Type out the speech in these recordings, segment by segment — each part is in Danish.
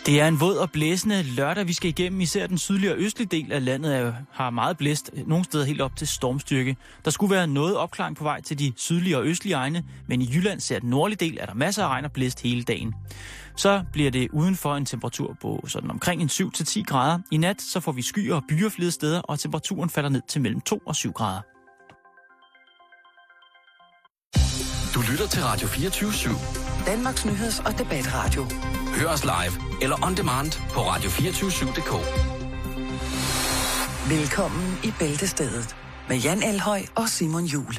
Det er en våd og blæsende lørdag, vi skal igennem. Især den sydlige og østlige del af landet har meget blæst, nogle steder helt op til stormstyrke. Der skulle være noget opklaring på vej til de sydlige og østlige egne, men i Jylland, ser den nordlige del, er der masser af regn og blæst hele dagen. Så bliver det udenfor en temperatur på sådan omkring en 7-10 grader. I nat så får vi skyer og byer flere steder, og temperaturen falder ned til mellem 2 og 7 grader. Du lytter til Radio 24/7. Danmarks nyheds- og debatradio. Hør os live eller on demand på radio247.dk. Velkommen i Bæltestedet med Jan Elhøj og Simon Juhl.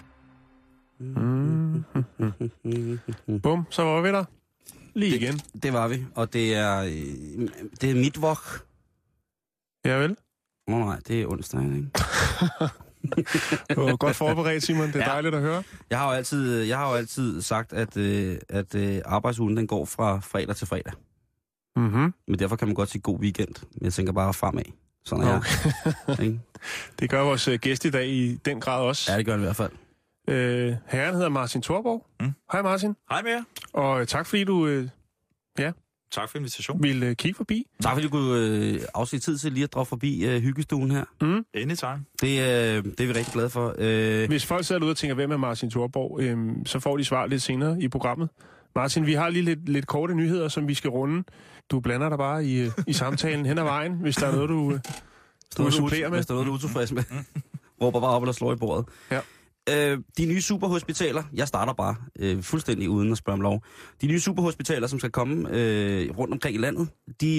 Bum, så var vi der. Lige igen. Det var vi, og det er midtvok. Ja vel. Nej, det er onsdag, ikke? Du var godt forberedt, Simon. Det er dejligt at høre. Jeg har jo altid sagt, at arbejdsugen den går fra fredag til fredag. Mm-hmm. Men derfor kan man godt sige god weekend. Men jeg tænker bare fremad. Sådan er jeg. Det gør vores gæst i dag i den grad også. Ja, det gør det i hvert fald. Herren hedder Martin Thorborg. Hej Martin. Hej med jer. Og tak fordi du Tak for invitationen. ville kigge forbi. Tak fordi du kunne afsætte tid til lige at droppe forbi hyggestuen her. Anytime. Det er vi rigtig glade for. Hvis folk sidder derude og tænker, hvem er Martin Thorborg, så får de svar lidt senere i programmet. Martin, vi har lige lidt korte nyheder, som vi skal runde. Du blander dig bare i samtalen hen ad vejen, hvis der er noget, du vil supplere med. Hvis der er noget, du er utilfreds med. Råber bare op eller slår i bordet. Ja. De nye superhospitaler, jeg starter bare fuldstændig uden at spørge om lov. De nye superhospitaler, som skal komme rundt omkring i landet,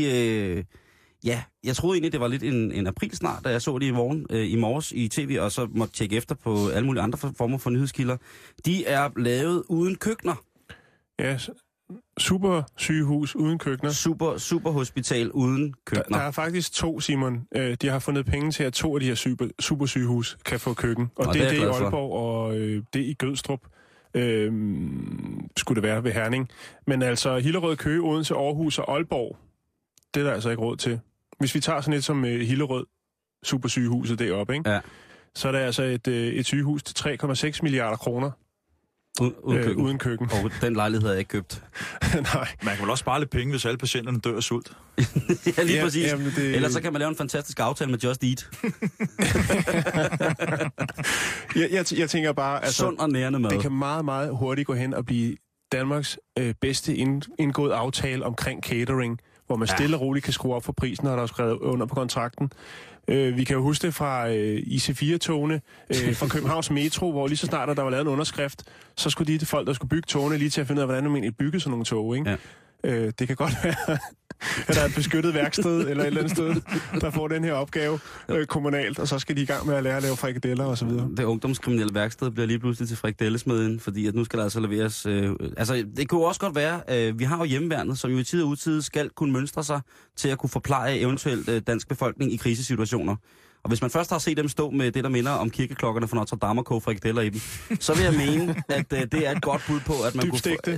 jeg troede egentlig, det var lidt en april snart, da jeg så det i morges i tv, og så måtte tjekke efter på alle mulige andre former for nyhedskilder. De er lavet uden køkkener. Ja, super sygehus uden køkkener. Superhospital uden køkkener. Der er faktisk 2, Simon. De har fundet penge til, at 2 af de her supersygehus kan få køkken. Og det er det i Aalborg, og det i Gødstrup. Skulle det være ved Herning. Men altså Hillerød, Køge, Odense, Aarhus og Aalborg, det er der altså ikke råd til. Hvis vi tager sådan et som Hillerød, supersygehuset deroppe, ikke? Ja. Så er der altså et sygehus til 3,6 milliarder kroner. Uden køkken. Og den lejlighed havde jeg ikke købt. Nej. Man kan vel også spare lidt penge, hvis alle patienterne dør af sult. Ja, lige præcis. Jamen, ellers så kan man lave en fantastisk aftale med Just Eat. jeg tænker bare, altså, sund og nærende mad. Det kan meget, meget hurtigt gå hen og blive Danmarks bedste indgået aftale omkring catering, hvor man stille og roligt kan skrue op for prisen, når der er skrevet under på kontrakten. Vi kan jo huske det fra IC4-togene, fra Københavns Metro, hvor lige så snart der var lavet en underskrift, så skulle de folk, der skulle bygge togene, lige til at finde ud af, hvordan man egentlig bygger sådan nogle tog, ikke? Ja. Det kan godt være, at der er et beskyttet værksted eller et eller andet sted, der får den her opgave kommunalt, og så skal de i gang med at lære at lave frikadeller og så videre. Det ungdomskriminelle værksted bliver lige pludselig til frikadellesmeden, fordi at nu skal der altså leveres... det kunne også godt være, vi har jo hjemmeværnet, som jo i tid og utid skal kunne mønstre sig til at kunne forpleje eventuelt dansk befolkning i krisesituationer. Og hvis man først har set dem stå med det, der minder om kirkeklokkerne fra Notre Dame og koge frikadeller i dem, så vil jeg mene, at det er et godt bud på, at man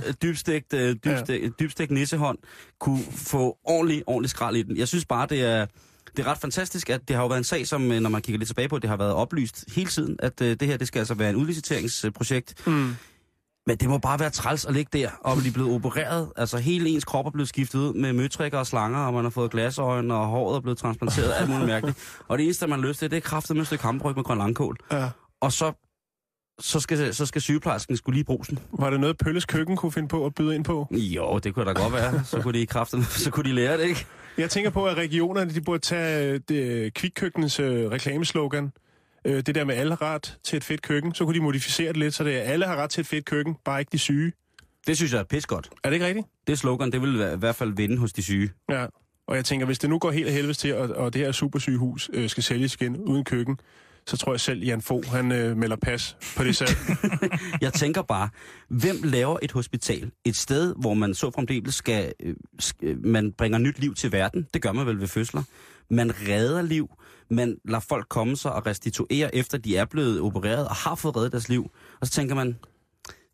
dybstegt nissehånd kunne få ordentlig skrald i den. Jeg synes bare, det er ret fantastisk, at det har jo været en sag, som, når man kigger lidt tilbage på, det har været oplyst hele tiden, at det her, det skal altså være en udliciteringsprojekt. Men det må bare være træls at ligge der og blive blevet opereret. Altså hele ens krop er blevet skiftet ud med møtrikker og slanger, og man har fået glasøjne, og håret er blevet transplanteret, alt muligt mærkeligt. Og det eneste, man har lyst til, det er kraftigt med et stykke hamburg med grøn langkål. Ja. Og så skal sygeplejersken skulle lige bruge den. Var det noget Pølles Køkken kunne finde på at byde ind på? Jo, det kunne da godt være. Så kunne de lære det, ikke? Jeg tænker på, at regionerne, de burde tage Kvikkøkkenens reklameslogan. Det der med alle har ret til et fedt køkken, så kunne de modificere det lidt, så det er alle har ret til et fedt køkken, bare ikke de syge. Det synes jeg er pis godt. Er det ikke rigtigt? Det slogan, det vil i hvert fald vinde hos de syge. Ja, og jeg tænker, hvis det nu går helt af helvedes til, og det her supersygehus skal sælges igen uden køkken, så tror jeg selv, Jan Fogh, han melder pas på det salg. Jeg tænker bare, hvem laver et hospital? Et sted, hvor man så fremdeles man bringer nyt liv til verden. Det gør man vel ved fødsler. Man redder liv. Man lader folk komme sig og restituere, efter de er blevet opereret og har fået reddet deres liv. Og så tænker man,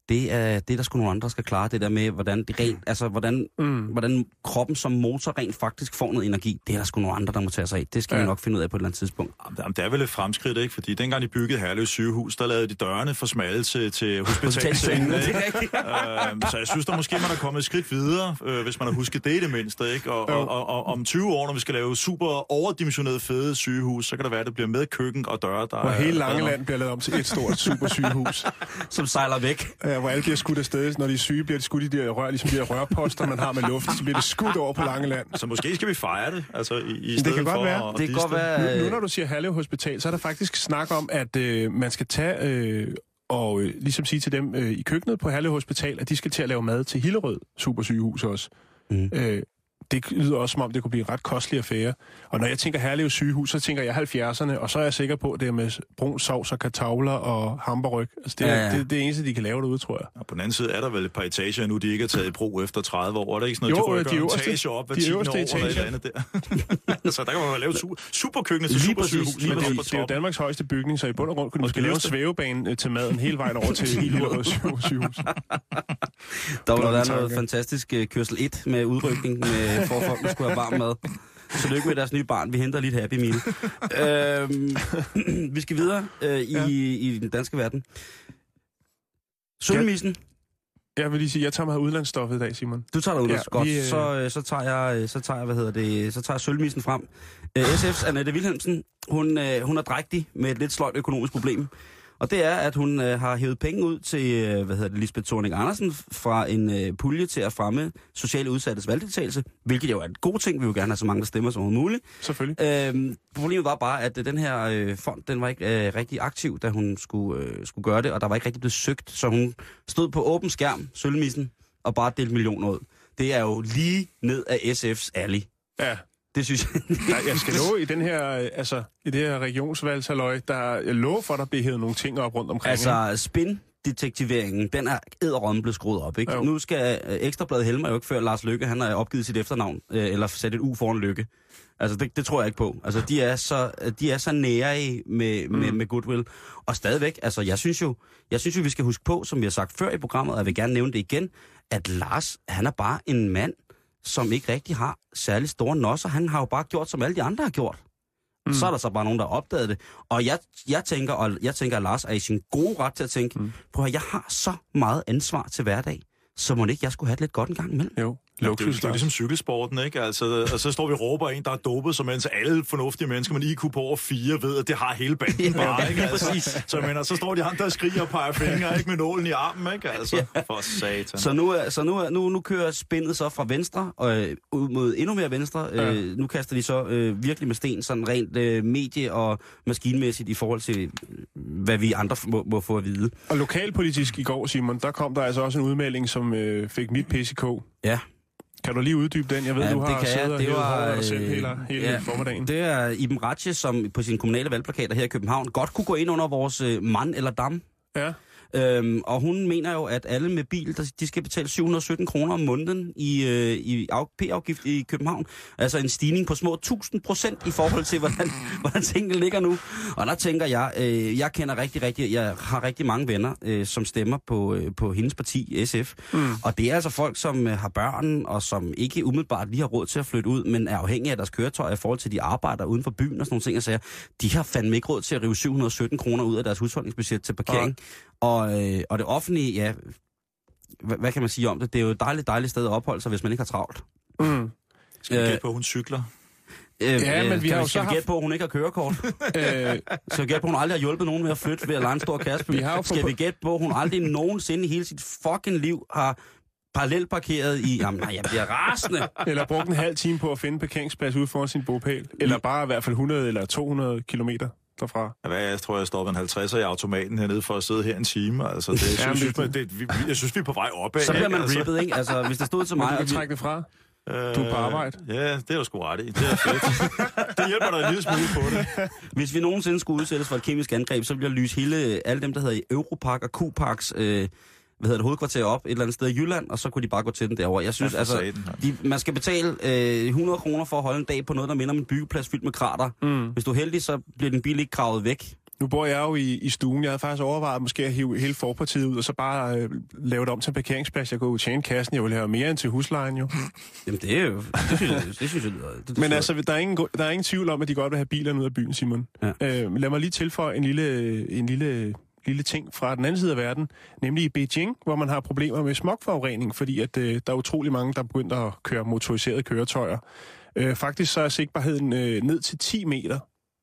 det er der sgu nogle andre, der skal klare det der med, hvordan det rent, altså hvordan kroppen som motor rent faktisk får noget energi. Det er der sgu nogle andre, der må tage sig af. Det skal vi nok finde ud af på et eller andet tidspunkt. Jamen, det er vel et fremskridt, ikke? Fordi dengang de byggede Herlev sygehus, der lavede de dørene for smalle til hospitalsengene. Så jeg synes, der måske man er kommet et skridt videre, hvis man har husket det i det mindste, ikke? Og om 20 år, når vi skal lave super overdimensioneret fede sygehus, så kan det være, at det bliver med køkken og døre, der... Hvor hele Langeland bliver lavet om til et stort super sygehus. Som sejler væk. Ja, hvor alle bliver skudt afsted. Når de er syge, bliver de skudt i de rør, ligesom de rørposter, man har med luft. Så bliver det skudt over på Langeland. Så måske skal vi fejre det, altså i stedet det kan for godt være. Det kan godt være. Nu når du siger Herlev Hospital, så er der faktisk snak om, at man skal tage og ligesom sige til dem i køkkenet på Herlev Hospital, at de skal til at lave mad til Hillerød Supersygehus også. Det lyder også som om, det kunne blive en ret kostelig affære. Og når jeg tænker Herlev sygehus, så tænker jeg 70'erne, og så er jeg sikker på, at det er med brun sovs og kartofler og hamburg. Altså det er det eneste, de kan lave derude, tror jeg. Og på den anden side er der vel et par etager nu, de ikke er taget i brug efter 30 år. Er det ikke sådan noget, de øverste etage op hver 10 år eller et andet der? Så der kan man jo lave superkøkkenet til supersygehus. Men det er jo Danmarks højeste bygning, så i bund og grund kunne de måske lave en svævebane til maden hele vejen over til Hillerød sygehus. Der var der noget fantastisk kørsel 1 med udrykning for at folk skulle have varm mad. Tillykke med deres nye barn. Vi henter lidt Happy Meal. Vi skal videre i den danske verden. Sølvmissen. Jeg vil lige sige, jeg tager mig udlandsstoffet i dag, Simon. Du tager dig udlands. Godt. Så tager jeg sølvmissen frem. SF's Annette Wilhelmsen, hun er drægtig med et lidt sløjt økonomisk problem. Og det er, at hun har hævet penge ud til, Lisbeth Thorning Andersen fra en pulje til at fremme sociale udsattes valgdeltagelse, hvilket jo er en god ting. Vi vil gerne have så mange der stemmer som muligt. Selvfølgelig. Problemet var bare, at den her fond, den var ikke rigtig aktiv, da hun skulle gøre det, og der var ikke rigtig blevet søgt, så hun stod på åben skærm, sølvmissen, og bare delte millioner ud. Det er jo lige ned af SF's alley. Ja. Det synes jeg. Jeg skal love i den her, i det her regionsvalgshalløj, jeg lover for, at der bliver hævet nogle ting op rundt omkring. Altså, spin-detektiveringen, den er edderrømme blevet skruet op, ikke? Jo. Nu skal Ekstrabladet Helmer jo ikke før Lars Løkke, han har opgivet sit efternavn, eller sat et U foran Løkke. Altså, det tror jeg ikke på. Altså, de er så nære med goodwill. Og stadigvæk, altså, jeg synes jo, vi skal huske på, som vi har sagt før i programmet, og jeg vil gerne nævne det igen, at Lars, han er bare en mand, som ikke rigtig har særlig store nosser. Han har jo bare gjort, som alle de andre har gjort. Så er der så bare nogen, der har opdaget det. Og jeg tænker, at Lars er i sin gode ret til at tænke, prøv at jeg har så meget ansvar til hverdag, så må ikke jeg skulle have det lidt godt en gang imellem. Jo. Det er ligesom cykelsporten, ikke? Altså, og så står vi og råber en, der er dopet, så mens alle fornuftige mennesker med IQ på over 4 ved, at det har hele banden bare, ikke? Altså, så mener, så står de andre og skriger og peger fingre, ikke? Med nålen i armen, ikke? Altså, for satan. Så nu kører spændet så fra venstre ud mod endnu mere venstre. Nu kaster de så virkelig med sten, sådan rent medie- og maskinmæssigt i forhold til, hvad vi andre må få at vide. Og lokalpolitisk i går, Simon, der kom der altså også en udmelding, som fik mit PCK. Ja. Kan du lige uddybe den? Jeg ved, du har siddet og hævet hårdt af dig selv hele formiddagen. Det er Iben Ratche, som på sine kommunale valgplakater her i København godt kunne gå ind under vores mand eller dam. Ja. Og hun mener jo, at alle med bil, de skal betale 717 kroner om måneden i P-afgift i København. Altså en stigning på små 1000% i forhold til, hvordan tingene ligger nu. Og der tænker jeg kender jeg har rigtig mange venner, som stemmer på hendes parti, SF. Og det er altså folk, som har børn, og som ikke umiddelbart lige har råd til at flytte ud, men er afhængige af deres køretøj i forhold til, de arbejder uden for byen og sådan nogle ting. Og så de har fandme ikke råd til at rive 717 kroner ud af deres husholdningsbudget til parkering. Og det offentlige, ja, hvad kan man sige om det? Det er jo et dejligt sted at opholde sig, hvis man ikke har travlt. Skal vi gætte på, at hun cykler? Men vi har jo så haft... gætte på, at hun ikke har kørekort? Skal vi gætte på, at hun aldrig har hjulpet nogen med at flytte ved at lege en stor kæresteby? Skal vi gætte på, at hun aldrig nogensinde i hele sit fucking liv har parallelparkeret i... Jamen nej, jeg bliver rasende. Eller brugt en halv time på at finde parkeringsplads ude foran sin bopæl. Eller bare i hvert fald 100 eller 200 kilometer derfra. Jeg tror, jeg står med en 50'er i automaten hernede for at sidde her en time. Altså, jeg synes, vi er på vej opad. Så bliver man rippet, ikke? Altså, hvis det stod til mig... Du kan trække det fra. Du er på arbejde. Ja, det er du sgu ret i. Det er fedt. Det hjælper dig en lille smule på det. Hvis vi nogensinde skulle udsættes for et kemisk angreb, så bliver lys alle dem, der hedder Europark og Q-Parks hovedkvarter op et eller andet sted i Jylland, og så kunne de bare gå til den derovre. Jeg synes, man skal betale 100 kroner for at holde en dag på noget, der minder om en byggeplads fyldt med krater. Hvis du er heldig, så bliver din bil ikke gravet væk. Nu bor jeg jo i stuen. Jeg havde faktisk overvejet måske at hive hele forpartiet ud, og så bare lave det om til en parkeringsplads. Jeg går ud tjene kassen. Jeg vil have mere end til huslejen jo. Jamen det er jo... Det synes jeg Men altså, der er ingen tvivl om, at de godt vil have bilerne ud af byen, Simon. Ja. Lad mig lige tilføje en lille ting fra den anden side af verden, nemlig i Beijing, hvor man har problemer med smogforurening, fordi at, der er utrolig mange, der er begyndt at køre motoriserede køretøjer. Faktisk så er sigtbarheden ned til 10 meter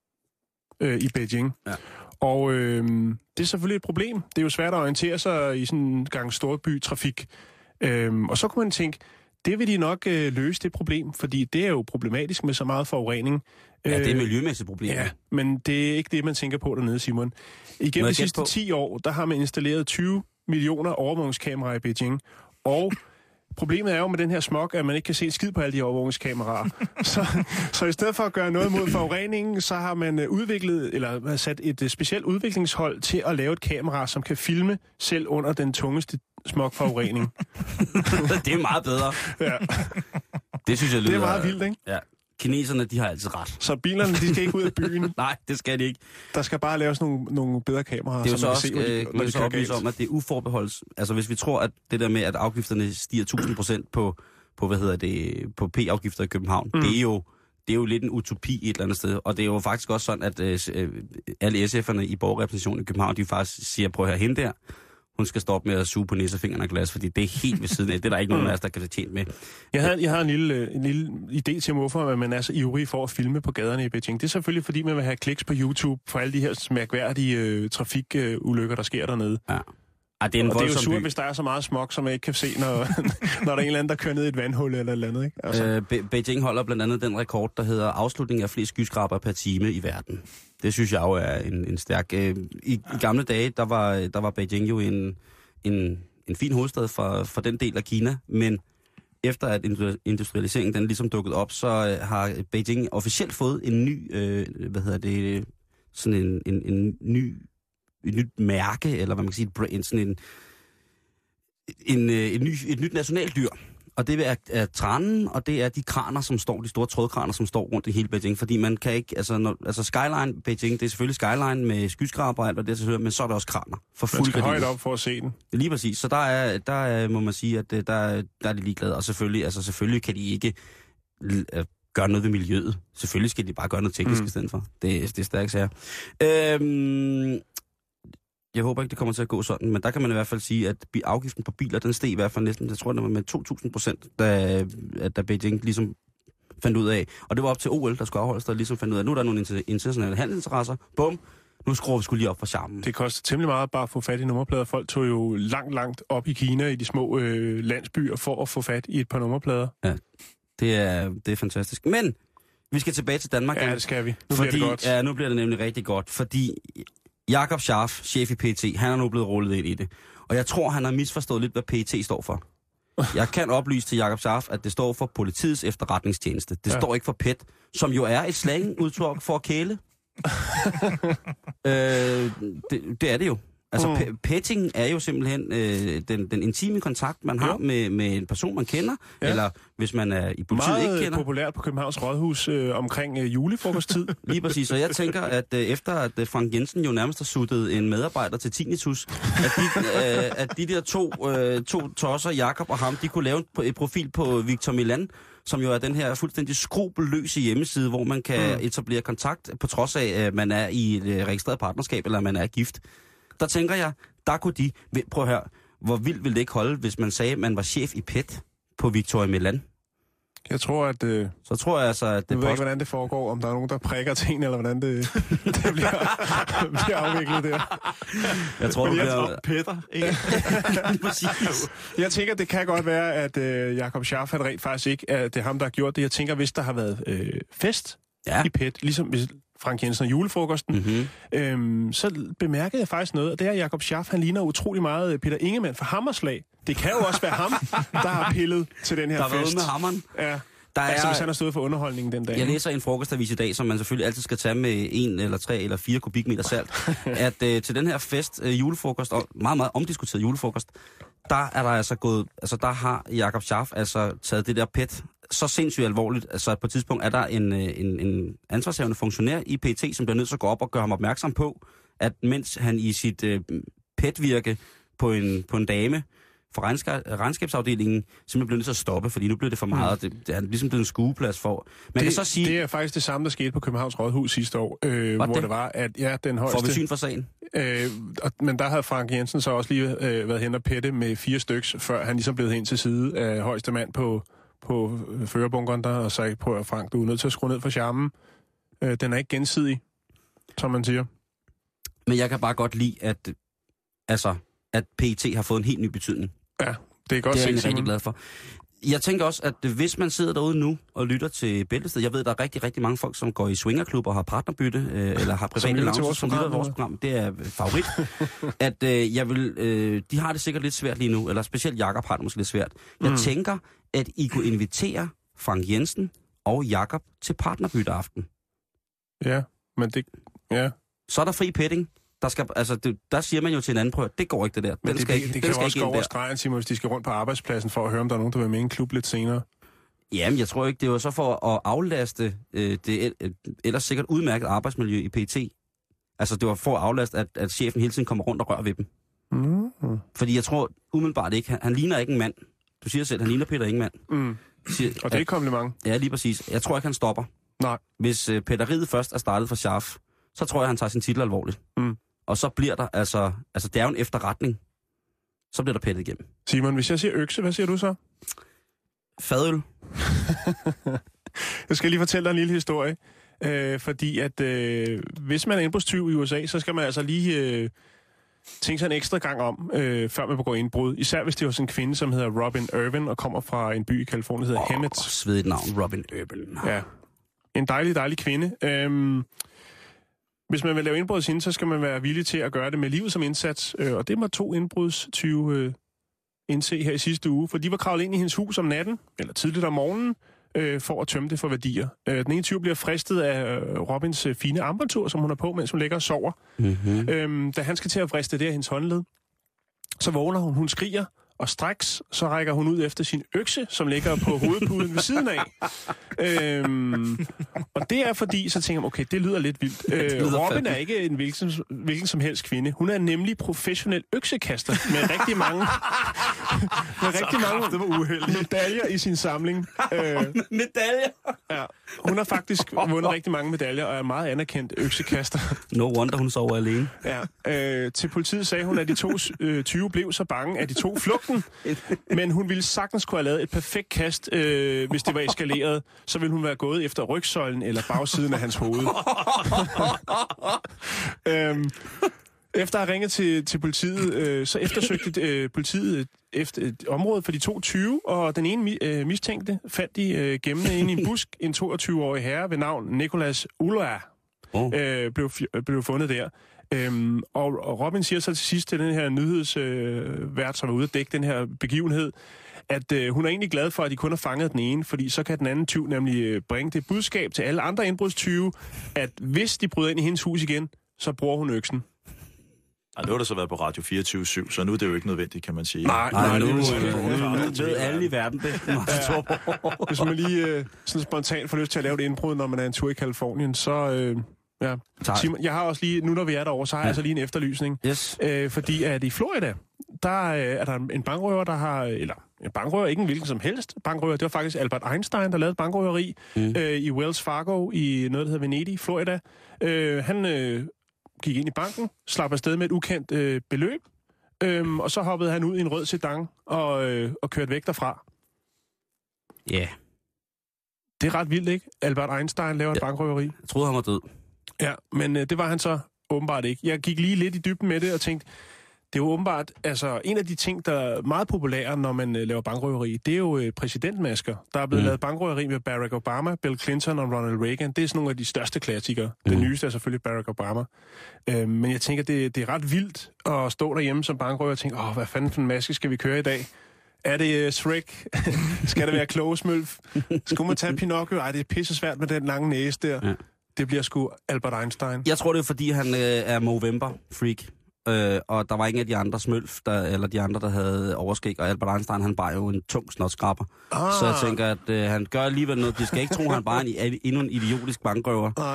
i Beijing. Ja. Og det er selvfølgelig et problem. Det er jo svært at orientere sig i sådan en gang storbytrafik. Og så kunne man tænke, det vil de nok løse det problem, fordi det er jo problematisk med så meget forurening. Ja, det er et miljømæssigt problem. Ja, men det er ikke det, man tænker på dernede, Simon. Igennem de sidste 10 år, der har man installeret 20 millioner overvågningskameraer i Beijing, og problemet er jo med den her smog, at man ikke kan se en skid på alle de overvågningskameraer. så i stedet for at gøre noget mod forureningen, så har man sat et specielt udviklingshold til at lave et kamera, som kan filme selv under den tungeste smogforurening. Det er meget bedre. Ja. Det synes jeg lyder... Det er meget vildt, ikke? Ja. Kineserne, de har altid ret. Så bilerne, de skal ikke ud af byen. Nej, det skal de ikke. Der skal bare laves nogle bedre kameraer. Det er jo så også, man kan så oplyse om, at det er uforbeholds... Altså, hvis vi tror, at det der med, at afgifterne stiger 1000% på P-afgifter i København, det er jo lidt en utopi et eller andet sted. Og det er jo faktisk også sådan, at alle SF'erne i borgerrepræsentationen i København, de faktisk siger, prøv at høre hende der. Hun skal stoppe med at suge på næsefingrene af glas, fordi det er helt ved siden af. Det er der ikke nogen af os, der kan tage tjent med. Jeg har en lille idé til, hvorfor man er så ivrig for at filme på gaderne i Beijing. Det er selvfølgelig, fordi man vil have kliks på YouTube for alle de her mærkværdige trafikulykker, der sker dernede. Ja. Det er jo surt, hvis der er så meget smog, som man ikke kan se, når der er en eller anden, der kører ned i et vandhul eller et andet. Ikke? Altså. Beijing holder blandt andet den rekord, der hedder afslutning af flest skyskraber per time i verden. Det synes jeg jo er en stærk... I gamle dage, der var Beijing jo en fin hovedstad for den del af Kina, men efter at industrialiseringen den ligesom dukket op, så har Beijing officielt fået en ny, sådan en ny... et nyt mærke, eller hvad man kan sige, sådan et nyt nationaldyr. Og det er tranen, og det er de store trådkraner, som står rundt i hele Beijing, fordi man kan ikke, altså Skyline Beijing, det er selvfølgelig Skyline med skyskraber og alt, og det selvfølgelig, men så er der også kraner. Man skal højt op for at se den. Lige præcis, så der må man sige, at der er de ligeglade, og selvfølgelig kan de ikke gøre noget ved miljøet. Selvfølgelig skal de bare gøre noget teknisk i stedet for. Det er stærkt sager. Jeg håber ikke, det kommer til at gå sådan, men der kan man i hvert fald sige, at afgiften på biler, den steg i hvert fald næsten, jeg tror, den var med 2.000%, da Beijing ligesom fandt ud af. Og det var op til OL, der skulle afholdes, der ligesom fandt ud af, nu er der nogle internationale handelsinteresser. Bum, nu skruer vi sgu lige op for charmen. Det koster temmelig meget bare at få fat i nummerplader. Folk tog jo langt op i Kina, i de små landsbyer, for at få fat i et par nummerplader. Ja, det er fantastisk. Men vi skal tilbage til Danmark. Ja, det skal vi. Nu bliver det godt. Ja, nu bliver det nemlig rigtig godt, fordi Jakob Scharf, chef i PET, han er nu blevet rullet ind i det. Og jeg tror, han har misforstået lidt, hvad PET står for. Jeg kan oplyse til Jakob Scharf, at det står for Politiets Efterretningstjeneste. Det står ikke for PET, som jo er et slangudtryk for at kæle. Det er det jo. Altså, petting er jo simpelthen den intime kontakt, man har med en person, man kender, eller hvis man er i politiet ikke kender. Meget populært på Københavns Rådhus omkring julefrosttid. Lige præcis, og jeg tænker, at efter at Frank Jensen jo nærmest har suttet en medarbejder til tinnitus, at de der to tosser, Jakob og ham, de kunne lave et profil på Victor Milan, som jo er den her fuldstændig skrupelløse hjemmeside, hvor man kan etablere kontakt, på trods af, at man er i et registreret partnerskab, eller man er gift. Der tænker jeg, der kunne de... Prøv at høre, hvor vildt ville det ikke holde, hvis man sagde, at man var chef i PET på Victoria Milan? Jeg tror, at... Så tror jeg altså, at det... Jeg ved ikke, hvordan det foregår, om der er nogen, der prikker til en, eller hvordan det bliver afviklet der. Jeg tror, du bliver... Peter, ikke? Præcis. Jeg tænker, det kan godt være, at Jakob Scharf, han rent faktisk ikke, at det er ham, der har gjort det. Jeg tænker, hvis der har været fest i PET, ligesom hvis Frank Jensen og julefrokosten, så bemærkede jeg faktisk noget, og det er, Jakob Scharf, han ligner utrolig meget Peter Ingemann fra Hammerslag. Det kan jo også være ham, der har pillet til den her der fest. Der var ude med hammeren. Ja. Altså, hvis han har stået for underholdningen den dag. Jeg læser en frokostavis i dag, som man selvfølgelig altid skal tage med 1 eller 3 eller 4 kubikmeter salt, at til den her fest, julefrokost, og meget, meget omdiskuteret julefrokost, der er der altså gået, altså der har Jakob Scharf altså taget det der PET så sindssygt alvorligt, altså at på et tidspunkt er der en ansvarshavende funktionær i PET, som bliver nødt til at gå op og gøre ham opmærksom på, at mens han i sit petvirke på en dame for regnskabsafdelingen simpelthen blev nødt til at stoppe, fordi nu blev det for meget. Det er ligesom blevet en skueplads for. Man kan så sige, det er faktisk det samme, der skete på Københavns Rådhus sidste år, hvor det var, at den højeste... Får vi syn for sagen? Men der havde Frank Jensen så også lige været hen og pette med 4 styks, før han ligesom blev hen til side af højeste mand på førerbunkeren der, og sagde, prøv at Frank, du er nødt til at skrue ned for charmen. Den er ikke gensidig, som man siger. Men jeg kan bare godt lide, at PET har fået en helt ny betydning. Ja, det er godt set. Det er jeg rigtig glad for. Jeg tænker også, at hvis man sidder derude nu og lytter til Bæltested, jeg ved, der er rigtig, rigtig mange folk, som går i swingerklub og har partnerbytte, eller har private lounges, som lytter til vores program. Det er favorit. De har det sikkert lidt svært lige nu, eller specielt Jakob har det måske lidt svært. Jeg tænker, at I kunne invitere Frank Jensen og Jakob til partnerbytteaften. Ja, men det... Ja. Så er der fri petting. Der siger man jo til en anden prøve, det går ikke det der. Men det kan jo også gå over stregen, Simon, hvis de skal rundt på arbejdspladsen for at høre, om der er nogen, der vil med i en klub lidt senere. Jamen, jeg tror ikke, det var så for at aflaste det ellers sikkert udmærket arbejdsmiljø i PET. Altså, det var for at aflaste, at chefen hele tiden kommer rundt og rører ved dem. Mm. Fordi jeg tror umiddelbart ikke, han ligner ikke en mand. Du siger selv, han ligner Peter Ingemann. Mm. Og det er kompliment. Ja, lige præcis. Jeg tror ikke, han stopper. Nej. Hvis Petteriet først er startet for Scharf, så tror jeg, han tager sin titel alvorligt. Mm. Og så bliver der, altså det er jo en efterretning, så bliver der pettet igennem. Simon, hvis jeg siger økse, hvad siger du så? Fadøl. Jeg skal lige fortælle dig en lille historie. Fordi at hvis man er indbrudstyv i USA, så skal man altså lige tænke sig en ekstra gang om, før man begår indbrud. Især hvis det var sådan en kvinde, som hedder Robin Irvin, og kommer fra en by i Californien, der hedder Hemet. Svedigt navn, Robin Irvin. Ja, en dejlig, dejlig kvinde. Hvis man vil lave indbrud så skal man være villig til at gøre det med livet som indsats. Og det må 2 indbrudstyve indse her i sidste uge. For de var kravlet ind i hendes hus om natten, eller tidligt om morgenen, for at tømme det for værdier. Den ene tyv bliver fristet af Robins fine armbåndsur, som hun har på, mens hun ligger og sover. Mm-hmm. Da han skal til at friste det af hendes håndled, så vågner hun skriger, og straks så rækker hun ud efter sin økse, som ligger på hovedpuden ved siden af. Og det er fordi, så tænker man, okay, det lyder lidt vildt. Robin er ikke en hvilken som helst kvinde. Hun er nemlig professionel øksekaster med rigtig mange medaljer i sin samling. Medaljer? Ja. Hun har faktisk vundet rigtig mange medaljer og er meget anerkendt øksekaster. No wonder, hun sover alene. Ja. Til politiet sagde hun, at de 2 tyve blev så bange, at de tog flugten. Men hun ville sagtens kunne have lavet et perfekt kast, hvis det var eskaleret. Så ville hun være gået efter rygsøjlen eller bagsiden af hans hoved. Efter at have ringet til politiet, så eftersøgte politiet efter et område for de 2 tyve, og den ene mistænkte fandt de gemmende inde i en busk en 22-årig herre ved navn Nicolas Ulloa. Blev fundet der. Og Robin siger så til sidst til den her nyhedsvært, som er ude at dække den her begivenhed, at hun er egentlig glad for, at de kun har fanget den ene, fordi så kan den anden tyv nemlig bringe det budskab til alle andre indbrudstyve, at hvis de bryder ind i hendes hus igen, så bruger hun øksen. Nu har det så været på Radio 24/7, så nu er det jo ikke nødvendigt, kan man sige. Nej, nu ved alle i verden det. Hvis man lige sådan spontant får lyst til at lave et indbrud, når man er en tur i Kalifornien, så... Ja. Simon, jeg har også lige, nu når vi er derovre, så har jeg altså lige en efterlysning. Yes. Fordi at i Florida, der er der en bankrøver, der har... Eller en bankrøver, ikke en hvilken som helst bankrøver. Det var faktisk Albert Einstein, der lavede et bankrøveri i Wells Fargo i noget, der hedder Venedig, Florida. Han gik ind i banken, slap afsted med et ukendt beløb, og så hoppede han ud i en rød sedan og kørte væk derfra. Ja. Yeah. Det er ret vildt, ikke? Albert Einstein laver et bankrøveri. Jeg troede, han var død. Ja, men det var han så åbenbart ikke. Jeg gik lige lidt i dybden med det og tænkte, det er jo åbenbart, altså en af de ting, der er meget populære, når man laver bankrøveri, det er jo præsidentmasker. Der er blevet lavet bankrøveri med Barack Obama, Bill Clinton og Ronald Reagan. Det er sådan nogle af de største klassikere. Den nyeste er selvfølgelig Barack Obama. Men jeg tænker, det er ret vildt at stå derhjemme som bankrøver og tænke, hvad fanden for en maske skal vi køre i dag? Er det Shrek? Skal det være Klogesmølf? Skulle man tage Pinocchio? Ej, det er pisse svært med den lange næse der. Ja. Det bliver sgu Albert Einstein. Jeg tror, det er, fordi han er Movember-freak. Og der var ingen af de andre Smølf, eller de andre, der havde overskæg. Og Albert Einstein, han bare jo en tung snotskraber. Så jeg tænker, at han gør alligevel noget. De skal ikke tro, han bare er endnu en idiotisk bankrøver.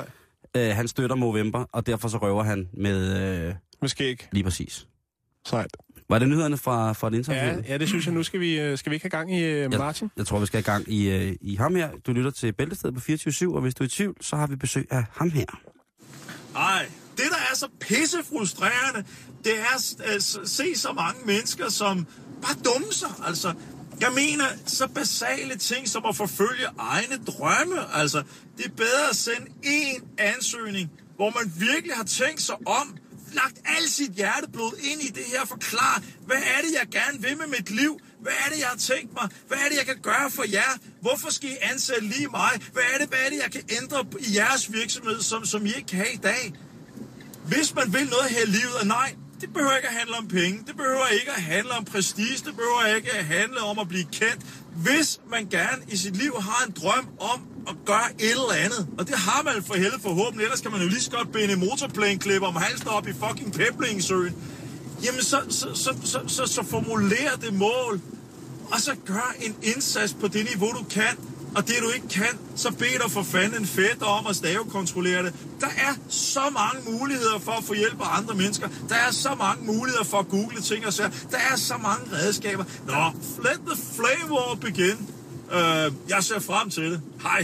Han støtter Movember, og derfor så røver han med... Med skæg. Lige præcis. Sejt. Var det nyhederne fra det internationale? Ja, det synes jeg. Nu skal vi ikke have gang i Martin? Jeg tror, vi skal have gang i ham her. Du lytter til Bæltestedet på 24/7, og hvis du er i tvivl, så har vi besøg af ham her. Ej, det der er så pissefrustrerende, det er at se så mange mennesker, som bare dummer sig. Altså, jeg mener, så basale ting som at forfølge egne drømme. Altså, det er bedre at sende én ansøgning, hvor man virkelig har tænkt sig om, lagt al sit hjerteblod ind i det her, forklare, hvad er det, jeg gerne vil med mit liv? Hvad er det, jeg har tænkt mig? Hvad er det, jeg kan gøre for jer? Hvorfor skal I ansætte lige mig? Hvad er det, jeg kan ændre i jeres virksomhed, som I ikke kan have i dag? Hvis man vil noget her i livet, og nej, det behøver ikke at handle om penge. Det behøver ikke at handle om prestige. Det behøver ikke at handle om at blive kendt. Hvis man gerne i sit liv har en drøm om at gøre et eller andet, og det har man for helvede forhåbentlig, ellers kan man jo lige så godt binde motorplæneklipper om halsen op i fucking Peblingesøen. Jamen så formuler det mål, og så gør en indsats på det niveau, du kan. Og det du ikke kan, så bed dig for fanden en fætter om at stavekontrollere det. Der er så mange muligheder for at få hjælp af andre mennesker. Der er så mange muligheder for at google ting og sager. Der er så mange redskaber. Nå, let the flame war begin. Jeg ser frem til det. Hej.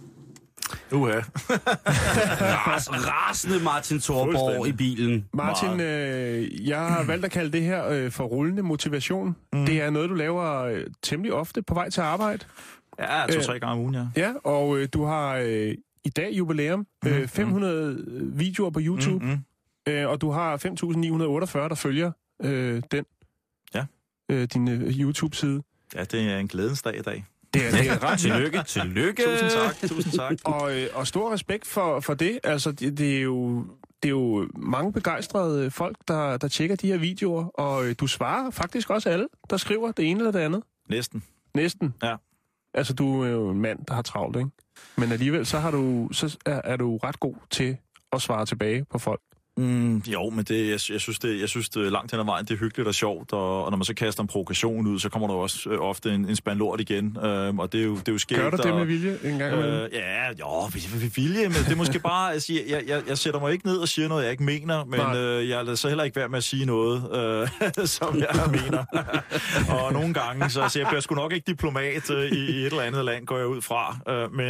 Rasende Martin Thorborg i bilen. Martin, jeg har valgt at kalde det her for rullende motivation. Det er noget, du laver temmelig ofte på vej til arbejde. Ja, 2-3 gange om ugen, ja. Ja, og du har i dag jubilæum. 500 videoer på YouTube. Og du har 5.948, der følger den. Ja. Din YouTube-side. Ja, det er en glædens dag i dag. Det er ret. Tillykke. Tusind tak. Og stor respekt for det. Altså, det er jo mange begejstrede folk, der tjekker de her videoer. Og du svarer faktisk også alle, der skriver det ene eller det andet. Næsten? Ja. Altså, du er jo en mand, der har travlt, ikke? Men alligevel, så er du ret god til at svare tilbage på folk. Jo, men jeg synes det langt hen ad vejen, det er hyggeligt og sjovt, og når man så kaster en provokation ud, så kommer der også ofte en spand lort igen, og det er jo skægt. Gør du det med vilje en gang imellem? Med vilje, men det er måske bare, altså, jeg sætter mig ikke ned og siger noget, jeg ikke mener, men jeg lader så heller ikke være med at sige noget, som jeg mener. Og nogle gange, så jeg bliver sgu nok ikke diplomat i et eller andet land, går jeg ud fra,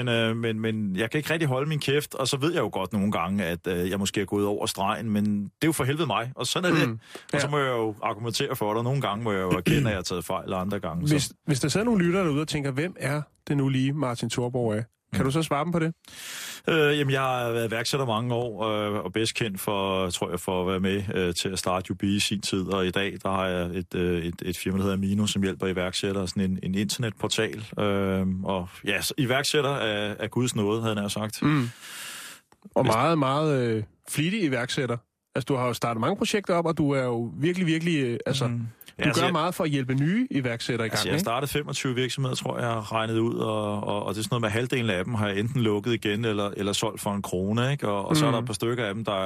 men jeg kan ikke rigtig holde min kæft, og så ved jeg jo godt nogle gange, at jeg måske er gået over stregen, men det er jo for helvede mig, og sådan er det. Og så må jeg jo argumentere for det, og nogle gange må jeg jo erkende, at jeg har taget fejl, og andre gange. Hvis der sidder nogle lyttere derude og tænker, hvem er det nu lige Martin Thorborg er? Kan du så svare dem på det? Jamen, jeg har været iværksætter mange år, og bedst kendt for, tror jeg, for at være med til at starte UB i sin tid, og i dag, der har jeg et firma, der hedder Mino, som hjælper iværksættere, sådan en internetportal, og ja, iværksætter af Guds nåde, havde jeg sagt. Og meget, meget flittig iværksætter. Altså, du har jo startet mange projekter op, og du er jo virkelig, du gør meget for at hjælpe nye iværksættere i gang, jeg har startet 25 virksomheder, tror jeg, har regnet ud, og det er sådan noget med halvdelen af dem har jeg enten lukket igen, eller solgt for 1 krone, ikke? Og så er der et par stykker af dem, der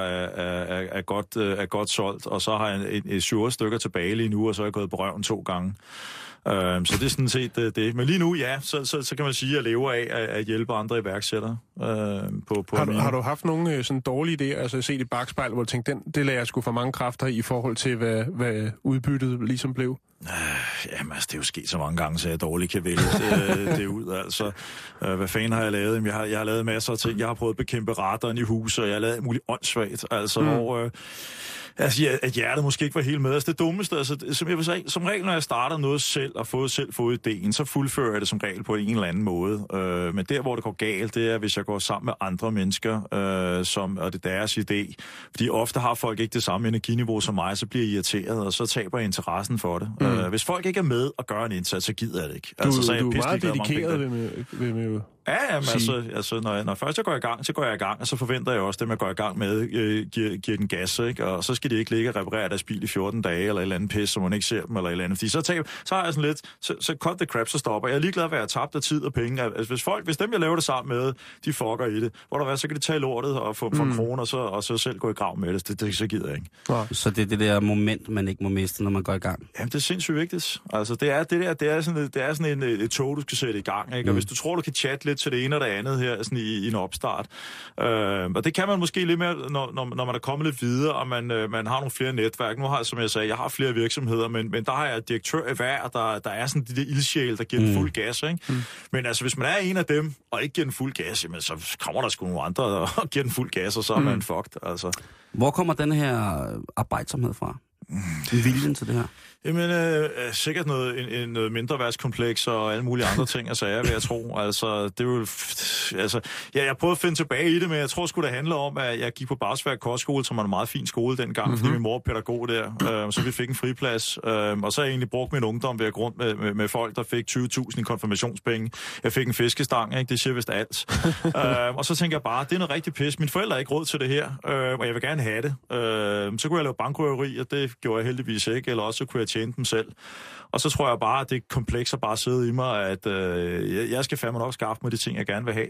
er godt solgt, og så har jeg 7 stykker tilbage lige nu, og så er jeg gået på røven 2 gange. Så det er sådan set det. Men lige nu, ja, så kan man sige, at jeg lever af at hjælpe andre iværksættere. Har du haft nogle sådan dårlige idéer, altså set i bagspejl, hvor du tænkte, det lader jeg sgu for mange kræfter i forhold til, hvad udbyttet ligesom blev? Jamen, altså, det er jo sket så mange gange, så jeg dårligt kan vælge det ud. Altså, hvad fanden har jeg lavet? Jamen, jeg har lavet masser af ting. Jeg har prøvet at bekæmpe radaren i huset, og jeg har lavet muligt åndssvagt. Altså, hvor at hjertet måske ikke var helt med. Altså, det dummeste, altså, som jeg vil sige, som regel, når jeg starter noget selv og fået ideen, så fuldfører jeg det som regel på en eller anden måde. Men der, hvor det går galt, det er, hvis jeg går sammen med andre mennesker, og det er deres idé. Fordi ofte har folk ikke det samme energiniveau som mig, så bliver jeg irriteret, og så taber jeg interessen for det. Hvis folk ikke er med og gør en indsats, så gider jeg det ikke. Altså, så er du er meget dedikeret ved Ja, altså når først jeg går i gang, så går jeg i gang, og så forventer jeg også, at dem, jeg går i gang med, giver den gas, ikke? Og så skal de ikke ligge og reparere deres bil i 14 dage, eller et eller andet pis, så man ikke ser dem, eller et eller andet. Fordi så har jeg sådan lidt, så cut the crap, så stopper. Jeg er ligeglad ved at have tabt af tid og penge. Altså, hvis dem, jeg laver det sammen med, de fucker i det, hvor der hvad, så kan de tage lortet og få en krone, og så selv gå i grav med det. Så gider jeg ikke. Ja. Så det er det der moment, man ikke må miste, når man går i gang? Jamen, det er sindssygt vigtigt. Altså, det er sådan et tog, du skal sætte i gang, ikke? Og hvis du tror, du kan chatte lidt til det ene og det andet her sådan i en opstart. Og det kan man måske lidt mere, når man er kommet lidt videre, og man har nogle flere netværk. Nu har jeg, som jeg sagde, jeg har flere virksomheder, men der har jeg direktør i hver, der er sådan de der ildsjæl, der giver den fuld gas, ikke? Men altså, hvis man er en af dem, og ikke giver den fuld gas, jamen, så kommer der sgu nogle andre og giver den fuld gas, og så er man fucked, altså. Hvor kommer den her arbejdsomhed fra? Viljen til det her? Jamen, sikkert noget mindreværdskompleks og alle mulige andre ting, altså jeg vil jeg tro. Altså, det er jo... Altså, jeg prøvede at finde tilbage i det, men jeg tror sgu, det handler om, at jeg gik på Barsværk Kostskole, som var en meget fin skole dengang, fordi min mor var pædagog der, så vi fik en friplads. Og så har jeg egentlig brugt min ungdom ved at gå rundt med folk, der fik 20.000 i konfirmationspenge. Jeg fik en fiskestang, ikke? Det siger vist alt. Og så tænker jeg bare, det er noget rigtig pis. Mine forældre har ikke råd til det her, og jeg vil gerne have det. Så kunne jeg lave bankrøveri, og det gjorde jeg heldigvis ikke, eller også kunne jeg tjene dem selv. Og så tror jeg bare, at det kompleks har bare siddet i mig, at jeg skal fandme nok skaffe mig de ting, jeg gerne vil have.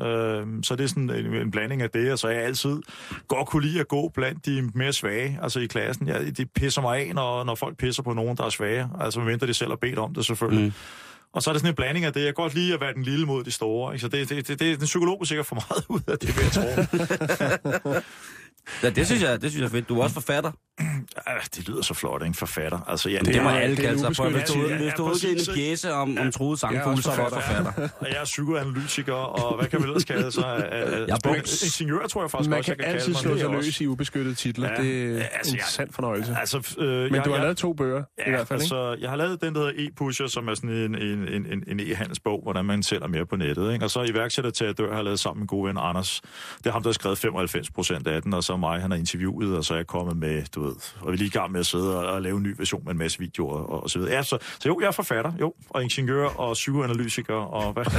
Så det er sådan en blanding af det, og så jeg altid godt kunne lide at gå blandt de mere svage, altså i klassen. De pisser mig af, når folk pisser på nogen, der er svage. Altså medmindre de selv har bedt om det, selvfølgelig. Og så er det sådan en blanding af det. Jeg kan godt lide at være den lille mod de store. Ikke? Så den psykolog sikkert for meget ud af det, vil jeg tro. Ja, det synes jeg er fedt. Du er også forfatter. Ja, det lyder så flot, ikke? Forfatter. Altså, ja, det må alle kalde sig for. Hvis du udgiver en pjece om Trude Sangfugle, så er du forfatter. Og jeg er psykoanalytiker, og hvad kan man ellers kalde sig? Ingeniør, tror jeg faktisk man også, jeg kan kalde mig. Man kan altid slå sig løs i ubeskyttede titler. Ja, det er en sand fornøjelse. Altså, men du har lavet 2 bøger, i hvert fald, ikke? Altså, jeg har lavet den, der hedder E-Pusher, som er sådan en e-handelsbog, hvordan man sælger mere på nettet, ikke? Og så iværksætter til at dør har jeg lavet sammen med gode ven Anders. Det er ham, der har skrevet 95% af den, og så mig, han har interviewet, og så er jeg kommet med, du ved, og vi er lige i gang med at sidde og lave en ny version med en masse videoer og så videre. Ja, så jo, jeg er forfatter, jo, og ingeniør og psykoanalytiker og hvad?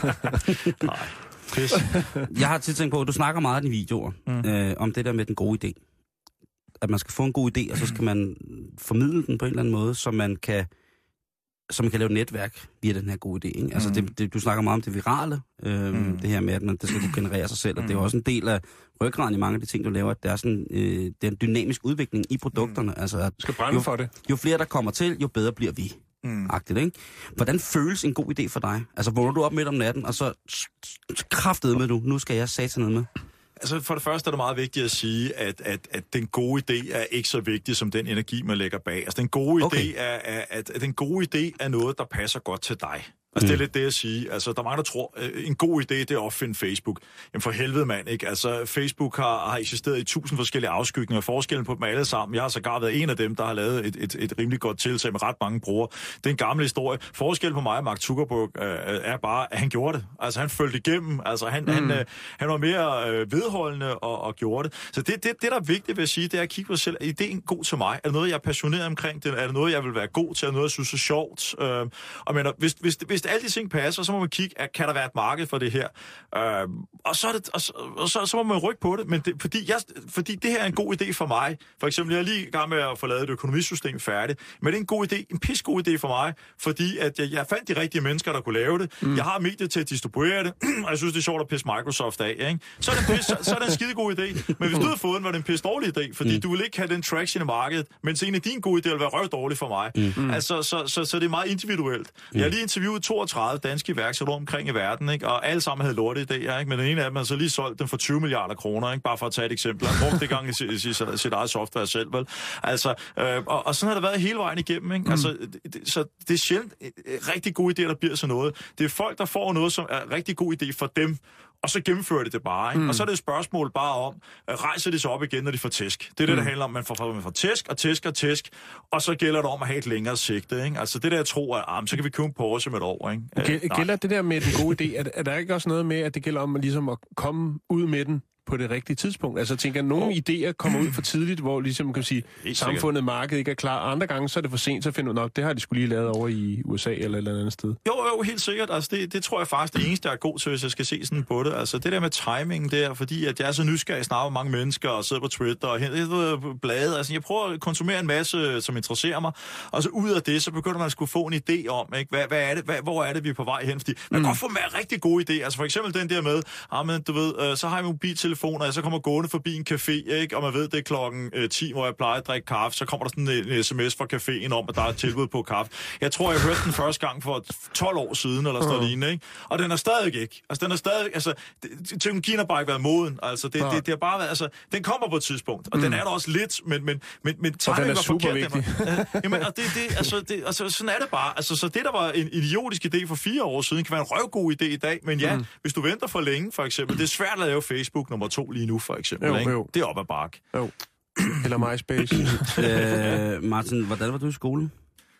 Nej. Pis. Jeg har tit tænkt på, at du snakker meget i dine videoer om det der med den gode idé. At man skal få en god idé, og så skal man formidle den på en eller anden måde, så man kan lave et netværk via den her gode idé. Ikke? Altså du snakker meget om det virale, det her med, at det skal kunne generere sig selv, og det er også en del af ryggraden i mange af de ting, du laver, at der er sådan det er en dynamisk udvikling i produkterne. Altså, at skal brænde for det. Jo flere der kommer til, jo bedre bliver vi. Agtigt, ikke? Hvordan føles en god idé for dig? Altså, vågner du op midt om natten, og så kraftede med nu skal jeg satan noget med? Altså for det første er det meget vigtigt at sige, at den gode idé er ikke så vigtig som den energi, man lægger bag. Altså den gode idé at den gode idé er noget, der passer godt til dig. Altså det er lidt det at sige. Altså der er mange, der tror, en god idé, det er at opfinde Facebook. Jamen for helvede mand, ikke? Altså Facebook har eksisteret i 1000 forskellige afskygninger. Forskellen på dem alle sammen. Jeg har sågar været en af dem, der har lavet et rimelig godt tiltag med ret mange brugere. Det er en gammel historie. Forskellen på mig og Mark Zuckerberg er bare, at han gjorde det. Altså han følte igennem. Altså han var mere vedholdende og gjorde det. Så det der er vigtigt ved at sige, det er at kigge på sig selv. Er ideen god til mig? Er det noget, jeg er passioneret omkring? Er det noget, jeg vil være god til? Er det noget, jeg synes er sjovt? Og men, hvis alle de ting passer, så må man kigge, kan der være et marked for det her? Og så må man rykke på det, men fordi det her er en god idé for mig. For eksempel, jeg er lige i gang med at få lavet et økonomisystem færdigt, men det er en god idé, en pissegod idé for mig, fordi at jeg fandt de rigtige mennesker, der kunne lave det. Jeg har medier til at distribuere det, og jeg synes, det er sjovt at pisse Microsoft af, ikke? Så er det en skidegod idé, men hvis du havde fået den, var det en pisse dårlig idé, fordi du vil ikke have den traction i markedet, mens en af dine gode idéer vil være røvdårlig for mig. Altså, så det er meget individuelt. Jeg har lige interviewet 32 danske iværksættere omkring i verden, ikke? Og alle sammen havde lorteidéer, ikke? Men den ene af dem har så lige solgt dem for 20 milliarder kroner, ikke? Bare for at tage et eksempel. Han brugte det gang i sit eget software selv, vel? Altså, og sådan har det været hele vejen igennem, ikke? Altså, så det er sjældent rigtig gode idéer, der bliver sådan noget. Det er folk, der får noget, som er rigtig god idé for dem, og så gennemfører det bare, ikke? Og så er det et spørgsmål bare om, rejser de sig op igen, når de får tæsk. Det er det, der handler om, man får tæsk og tæsk og tæsk, og så gælder det om at have et længere sigte, ikke? Altså det der, jeg tror, så kan vi købe en Porsche med et år, ikke? Gælder det der med den gode idé, er der ikke også noget med, at det gælder om ligesom at komme ud med den på det rigtige tidspunkt? Altså, jeg tænker, at nogle idéer kommer ud for tidligt, hvor ligesom man kan sige, samfundet, markedet ikke er klar. Andre gange, så er det for sent, så finder du nok, det har de skulle lige lavet over i USA eller et eller andet sted. Jo, helt sikkert. Altså, det tror jeg faktisk, det eneste, jeg er god til, hvis jeg skal se sådan på det. Altså, det der med timingen der, fordi at jeg er så nysgerrig, snakker med mange mennesker og sidder på Twitter og henter blade. Altså, jeg prøver at konsumere en masse, som interesserer mig, og så ud af det, så begynder man at skulle få en idé om, ikke? Hvad er det? Hvor er det, vi er på vej hen? Fordi man kan godt få en rigtig gode idé. Altså, for eksempel den der med, men du ved, så har jeg en mobiltelefon, telefon, og jeg så kommer gående forbi en café, ikke? Og man ved, det er klokken 10, hvor jeg plejer at drikke kaffe, så kommer der sådan en sms fra caféen om, at der er et tilbud på kaffe. Jeg tror, jeg hørte den første gang for 12 år siden, eller sådan lignende, ikke? Og den er stadig ikke. Teknologien har bare ikke været moden. Altså, det har bare været, altså, den kommer på et tidspunkt, og den er der også lidt, men timingen var forkert. Jamen, og sådan er det bare. Altså, så det, der var en idiotisk idé for 4 år siden, kan være en røvgod idé i dag, men ja, hvis du venter for længe, for eksempel, det er svært at lave Facebook nummer 2 lige nu, for eksempel, ikke? Det er op ad bakke. Eller MySpace. Martin, hvordan var du i skolen?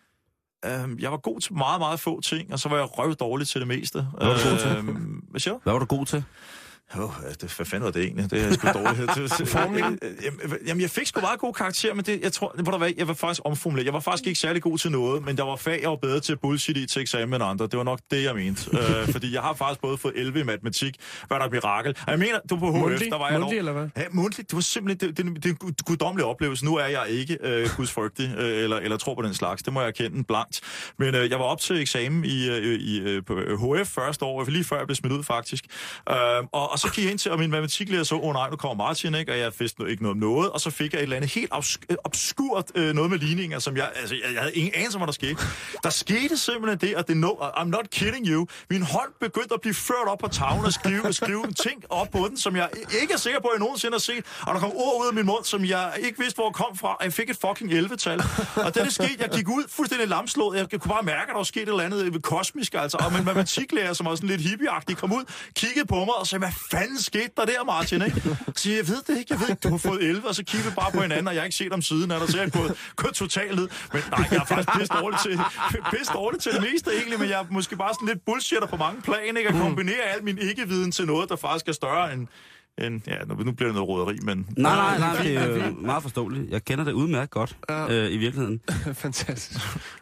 Jeg var god til meget, meget få ting, og så var jeg røvdårlig til det meste. Hvad var du god til? Hvad fanden var det egentlig? Det er sgu dårligt. Jamen, jeg fik sgu meget gode karakterer, men jeg var faktisk omformuleret. Jeg var faktisk ikke særlig god til noget, men der var fag, jeg var bedre til bullshit i til eksamen end andre. Det var nok det, jeg mente. Fordi jeg har faktisk både fået 11 i matematik, hvad der er mirakel. Og jeg mener, du på HF, der var jeg mundtlig, eller hvad? Ja, mundtlig. Det var simpelthen det er en guddommelig oplevelse. Nu er jeg ikke gudsfrygtig, eller tror på den slags. Det må jeg erkende blankt. Men jeg var op til eksamen på HF første år, lige før jeg blev smidt ud, faktisk. Og så gik jeg ind til, og min matematiklærer så, nej, nu kommer Martin, ikke? Og jeg vidste ikke noget om noget, og så fik jeg et eller andet helt obskurt noget med ligninger, som jeg havde ingen anelse om, hvad der skete. Der skete simpelthen det, at I'm not kidding you. Min hånd begyndte at blive ført op på tavlen og skrive en ting op på den, som jeg ikke er sikker på, at jeg nogensinde har set. Og der kom ord ud af min mund, som jeg ikke vidste, hvor kom fra, og jeg fik et fucking 11-tal. Og det skete, jeg gik ud fuldstændig lamslået. Jeg kunne bare mærke, at der var sket et eller andet kosmisk, altså. Og min matematiklærer, som var sådan lidt hippieagtig, kom ud, kiggede på mig og sagde, hvad fanden skete der, Martin, ikke? Så jeg ved det ikke, du har fået 11, og så kiggede vi bare på hinanden, og jeg har ikke set om siden, og så er jeg gået totalt ned. Men nej, jeg er faktisk pisse dårligt til det meste, egentlig, men jeg er måske bare sådan lidt bullshitter på mange plan, ikke? At kombinere al min ikke-viden til noget, der faktisk er større end nu bliver det noget roderi, men... Nej, det er jo meget forståeligt. Jeg kender det udmærket godt, i virkeligheden. Fantastisk.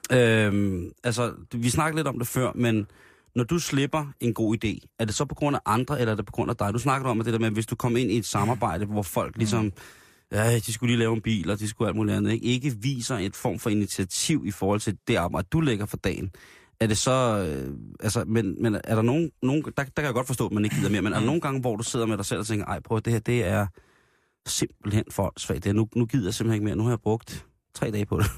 Altså, vi snakkede lidt om det før, men når du slipper en god idé, er det så på grund af andre, eller er det på grund af dig? Du snakkede om det der med, hvis du kom ind i et samarbejde, hvor folk ligesom, de skulle lige lave en bil, og de skulle alt muligt andet, ikke viser et form for initiativ i forhold til det arbejde, du lægger for dagen. Er det så, men er der nogen der kan jeg godt forstå, at man ikke gider mere, men er der nogle gange, hvor du sidder med dig selv og tænker, ej, prøv, det her, det er simpelthen for svagt. Nu gider jeg simpelthen ikke mere. Nu har jeg brugt 3 dage på det.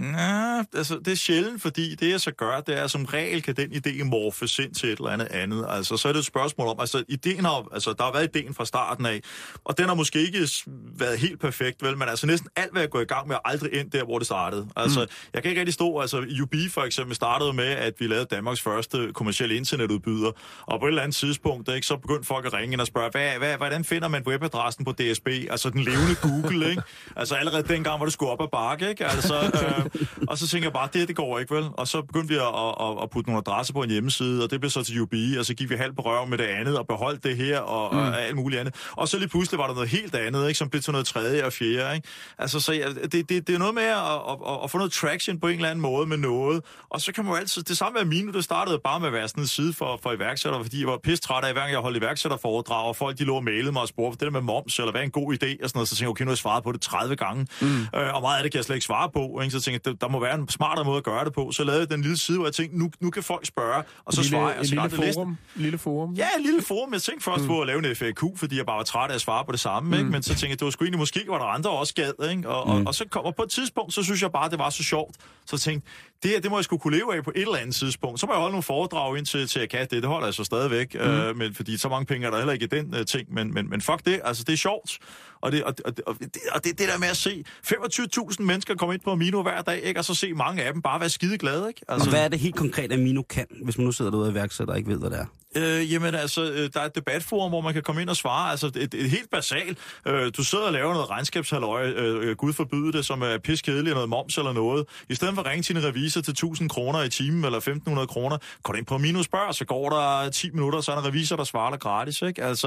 Ja, altså det er sjældent, fordi det jeg så gør, det er som regel, kan den idé morfes ind til et eller andet. Altså så er det et spørgsmål om, altså der har været idéen fra starten af, og den har måske ikke været helt perfekt, vel, men altså næsten alt, hvad jeg går i gang med, er aldrig endt der, hvor det startede. Altså jeg kan ikke rigtig stå, altså UB for eksempel startede med, at vi lavede Danmarks første kommercielle internetudbyder, og på et eller andet tidspunkt, ikke, så begyndte folk at ringe ind og spørge, hvordan finder man webadressen på DSB, altså den levende Google, ikke? Altså allerede dengang var det sgu op ad bakke, ikke? Altså og så tænker jeg bare, det går ikke, vel? Og så begyndte vi at putte nogle adresser på en hjemmeside, og det blev så til UB, og så gik vi halvt på røven med det andet, og beholdt det her, og alt muligt andet. Og så lige pludselig var der noget helt andet, ikke? Som blev til noget tredje og fjerde, ikke? Altså, så det er noget med at få noget traction på en eller anden måde med noget, og så kan man jo altid, det samme med Amino, det startede bare med at være sådan en side for iværksættere, fordi jeg var pisse-træt af, hver gang jeg holdt iværksætterforedrag, og folk de lå og mailede mig og spurgte, det der med moms, eller hvad er en god idé, og sådan noget, så tænkte jeg, okay, nu har jeg svaret på det 30 gange, og meget af det kan jeg slet ikke svare på, ikke? Så tænkte jeg, der må være en smartere måde at gøre det på. Så lavede jeg den lille side, hvor jeg tænkte, nu kan folk spørge, og så svarer jeg. Og så lille forum? Ja, en lille forum. Jeg tænkte først på at lave en FAQ, fordi jeg bare var træt af at svare på det samme, ikke? Men så tænkte jeg, det var sgu egentlig måske, var der andre også gad, ikke? Og så kom, og på et tidspunkt, så synes jeg bare, det var så sjovt. Så tænkte det må jeg sgu kunne leve af på et eller andet tidspunkt. Så må jeg holde nogle foredrag ind til jeg kan det. Det holder jeg så stadigvæk, men fordi så mange penge er der heller ikke i den ting. Men fuck det, altså det er sjovt. Og det der med at se 25.000 mennesker komme ind på Amino hver dag, ikke? Og så se mange af dem bare være skide glade, ikke? Altså, og hvad er det helt konkret, Amino kan, hvis man nu sidder derude og iværksætter og ikke ved, hvad det er? Jamen altså, der er et debatforum, hvor man kan komme ind og svare. Altså, et helt basalt. Du sidder og laver noget regnskabshalløj, Gud forbyde det, som er piskedeligt, noget moms eller noget. I stedet for at ringe til en revisor til 1.000 kroner i timen, eller 1.500 kroner, går du ind på Amino spørg, så går der 10 minutter, så er der en revisor, der svarer dig gratis, ikke? Altså,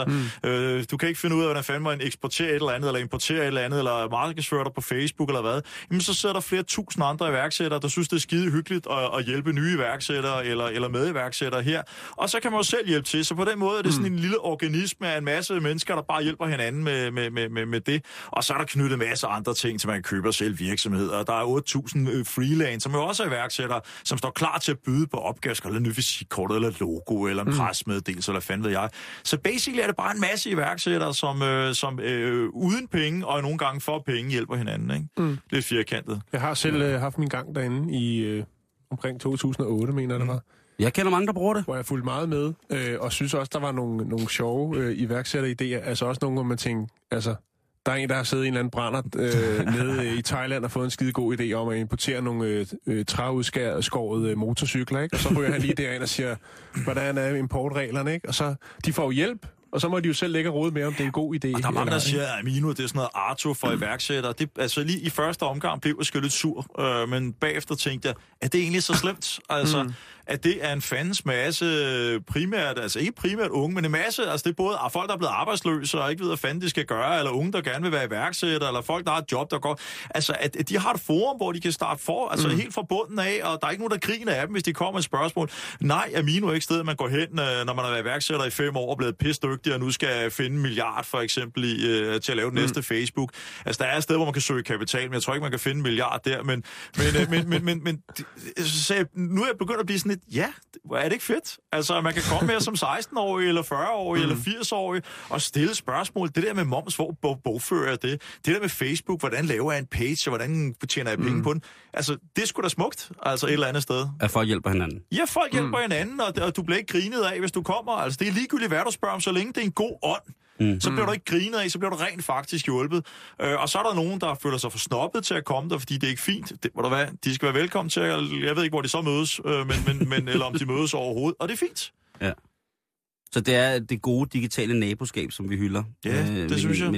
du kan ikke finde ud af, hvordan fanden man eksporterer et eller andet, eller importerer et eller andet, eller markedsfører dig på Facebook, eller hvad. Jamen, så sidder der flere tusind andre iværksættere, der synes, det er skide hyggeligt at hjælpe nye iværksættere, eller med iværksættere her. Og så kan man jo selv hjælpe til. Så på den måde er det sådan en lille organisme af en masse mennesker, der bare hjælper hinanden med det. Og så er der knyttet en masse andre ting, til man kan købe selv virksomheder. Der er 8.000 freelance, som jo også er iværksættere, som står klar til at byde på opgaver, eller nyt visitkort, eller logo, eller en presmeddelelse, eller fanden ved jeg. Så basically er det bare en masse iværksættere, som uden penge, og nogle gange for penge, hjælper hinanden. Ikke? Lidt firkantet. Jeg har selv haft min gang derinde i omkring 2008, mener det var. Jeg kender mange, der bruger det. Hvor jeg fulgte meget med, og synes også, der var nogle sjove iværksætteridéer. Altså også nogle, hvor man tænker, altså, der er en, der har siddet i en eller anden brændert nede i Thailand og fået en skide god idé om at importere nogle træudskårede motorcykler, ikke? Og så ryger han lige derind og siger, hvordan er importreglerne, ikke? Og så, de får hjælp. Og så må de jo selv lægge råd med, om det er en god idé. Og der er mange, der siger, at Amino, det er sådan noget Arto for iværksættere. Det, altså lige i første omgang blev jeg sgu lidt sur, men bagefter tænkte jeg, er det egentlig så slemt? Altså, at det er en fandens masse primært, altså ikke primært unge, men en masse, altså det er både folk, der er blevet arbejdsløse og ikke ved, hvad fanden de skal gøre, eller unge, der gerne vil være iværksættere, eller folk, der har et job, der går. Altså, at de har et forum, hvor de kan starte helt fra bunden af, og der er ikke nogen, der griner af dem, hvis de kommer med et spørgsmål. Nej, Amino er ikke stedet, man går hen, når man har været iværksætter i 5 år og blevet pisdygtig, og nu skal finde 1 milliard for eksempel til at lave den næste Facebook. Altså, der er et sted, hvor man kan søge kapital, men jeg tror ikke, man kan finde 1 milliard der, men så nu er jeg begyndt at blive sådan lidt, ja, er det ikke fedt? Altså, man kan komme her som 16-årig, eller 40-årig, eller 80-årig, og stille spørgsmål. Det der med moms, hvor bogfører jeg det? Det der med Facebook, hvordan laver jeg en page, og hvordan tjener jeg penge på den? Altså, det er sgu da smukt, altså et eller andet sted. At folk hjælper hinanden. Ja, folk hjælper hinanden, og du bliver ikke grinet af, hvis du kommer. Altså, det er ligegyldigt, hvad du spørger om, så længe det er en god ånd. Så bliver du ikke grinet af, så bliver du rent faktisk hjulpet. Og så er der nogen, der føler sig for snobbet til at komme der, fordi det er ikke fint. De skal være velkommen til, jeg ved ikke, hvor de så mødes, men eller om de mødes overhovedet, og det er fint. Ja. Så det er det gode digitale naboskab, som vi hylder. Ja, det synes jeg.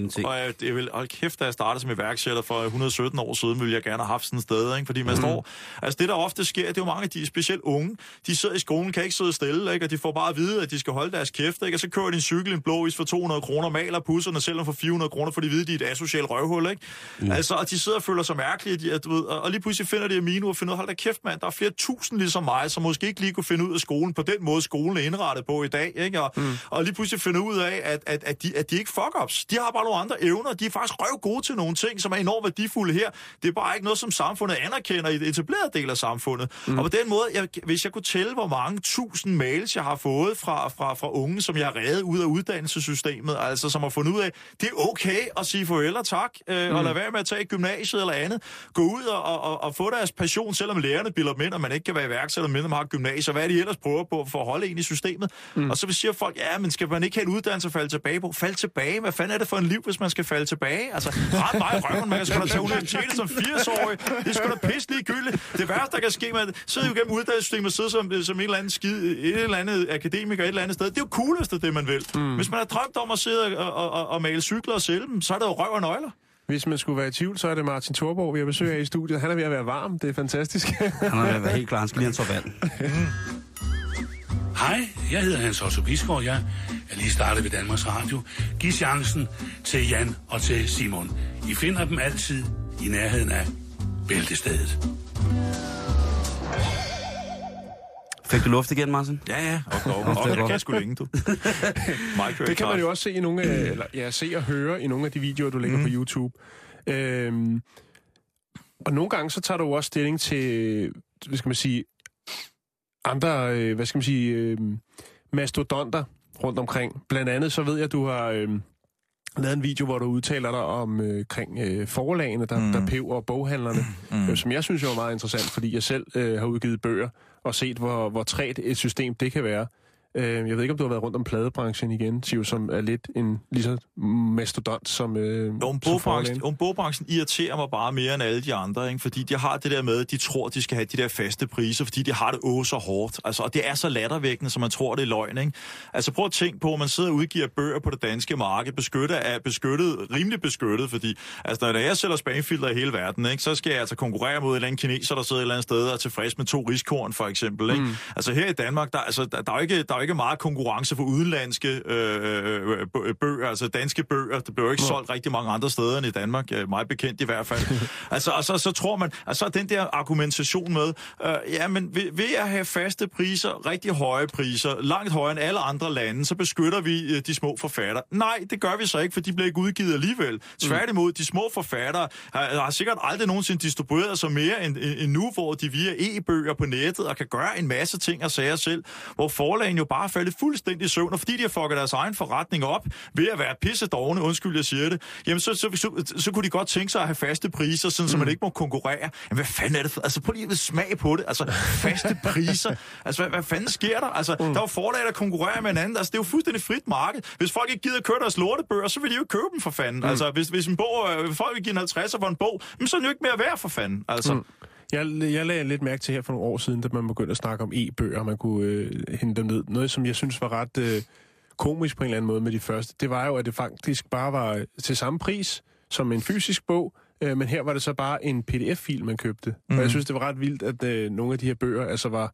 Og kæft, da jeg startede som iværksætter for 117 år siden, ville jeg gerne have haft sådan et sted, ikke? Fordi man står... Altså det, der ofte sker, det er jo mange af de specielt unge, de sidder i skolen, kan ikke sidde stille, ikke? Og de får bare at vide, at de skal holde deres kæft, ikke? Og så kører de en cykel, en blå is for 200 kroner, maler pudserne selv for 400 kroner, for de ved, de er et asocialt røvhul, ikke? Altså, og de sidder og føler sig mærkelige, og lige pludselig finder de Amino og finder ud af, hold da kæft, mand, der er flere tusind ligesom mig, som måske ikke lige kunne finde ud af skolen på den måde, skolen er indrettet på i dag, ikke? Og lige pludselig finder ud af, at de ikke fuck-ups. De har bare nogle andre evner. De er faktisk røv gode til nogle ting, som er enormt værdifulde her. Det er bare ikke noget, som samfundet anerkender i det etablerede del af samfundet. Og på den måde, hvis jeg kunne tælle, hvor mange tusind mails, jeg har fået fra unge, som jeg har reddet ud af uddannelsessystemet, altså som har fundet ud af, det er okay at sige farvel og tak, og lade være med at tage gymnasiet eller andet. Gå ud og få deres passion, selvom lærerne bilder dem ind, og man ikke kan være iværksætter, men man har gymnasiet. Hvad er de ellers prøver på for at holde ind i systemet? Og så siger folk, ja, men skal man ikke have en uddannelse at falde tilbage på? Fald tilbage? Hvad fanden er det for en liv, hvis man skal falde tilbage? Altså, ret meget i røven, man kan sgu da tage universitetet som 80-årig. Det er sgu da pisse ligegyldigt. Det værste, der kan ske, man sidder jo gennem uddannelsessystemet og sidder som en eller anden et eller andet akademiker et eller andet sted. Det er jo coolest, det man vil. Hvis man har drømt om at sidde og male cykler og sælge dem, så er det jo røv og nøgler. Hvis man skulle være i tvivl, så er det Martin Thorborg, vi har besøg af i studiet. Han er ved at være varm. Det er fantastisk. Han er ved at være helt klar. Han skal lige have en tår vand. Hej, jeg hedder Hans Otto Bisgaard. Jeg er lige startet ved Danmarks Radio. Giv chancen til Jan og til Simon. I finder dem altid i nærheden af Bæltestedet. Fik du luft igen, Martin? Ja. Og det kan sgu længe, du. Det kan man jo også se i nogle se og høre i nogle af de videoer, du lægger på YouTube. Og nogle gange, så tager du også stilling til, hvad skal man sige, andre, mastodonter rundt omkring. Blandt andet, så ved jeg, at du har lavet en video, hvor du udtaler dig om forlagene, der peber boghandlerne, som jeg synes jo er meget interessant, fordi jeg selv har udgivet bøger og set, hvor træt et system det kan være. Jeg ved ikke, om du har været rundt om pladebranchen igen, Siv, som er lidt en lige så mastodont som Bogbranchen irriterer mig bare mere end alle de andre, ikke? Fordi de har det der med, de tror, de skal have de der faste priser, fordi de har det så hårdt. Altså, og det er så lattervækkende, som man tror, det er løgn, ikke? Altså, prøv at tænke på, at man sidder og udgiver bøger på det danske marked, rimelig beskyttet, fordi altså, når jeg sælger spamfilter i hele verden, ikke, så skal jeg altså konkurrere mod en eller anden kineser, der sidder et eller andet sted og er tilfreds med 2 riskorn, for eksempel, ikke? Altså, her i Danmark, der er jo ikke ikke meget konkurrence for udenlandske bøger, altså danske bøger. Det bliver jo ikke solgt rigtig mange andre steder end i Danmark, meget bekendt i hvert fald. Altså, og så tror man, altså den der argumentation med, men ved at have faste priser, rigtig høje priser, langt højere end alle andre lande, så beskytter vi de små forfattere. Nej, det gør vi så ikke, for de bliver ikke udgivet alligevel. Tværtimod, de små forfattere har sikkert aldrig nogensinde distribueret sig mere end nu, hvor de via e-bøger på nettet og kan gøre en masse ting og sager selv, hvor forlagene jo bare faldet fuldstændig i søvn, og fordi de har fucket deres egen forretning op ved at være pissedårne, undskyld, jeg siger det, jamen så kunne de godt tænke sig at have faste priser, sådan så man ikke må konkurrere. Jamen hvad fanden er det for? Altså prøv lige at smag på det. Altså faste priser. Altså hvad fanden sker der? Altså der var forlag, der konkurrerer med hinanden. Altså det er jo fuldstændig frit marked. Hvis folk ikke gider købe deres lortebøger, så vil de jo købe dem for fanden. Altså hvis en bog, folk vil give en 50'er for en bog, så er den jo ikke mere værd for fanden. Altså. Jeg lagde lidt mærke til her for nogle år siden, da man begyndte at snakke om e-bøger, man kunne hente dem ned. Noget, som jeg synes var ret komisk på en eller anden måde med de første, det var jo, at det faktisk bare var til samme pris som en fysisk bog, men her var det så bare en pdf-fil, man købte. Og jeg synes, det var ret vildt, at nogle af de her bøger altså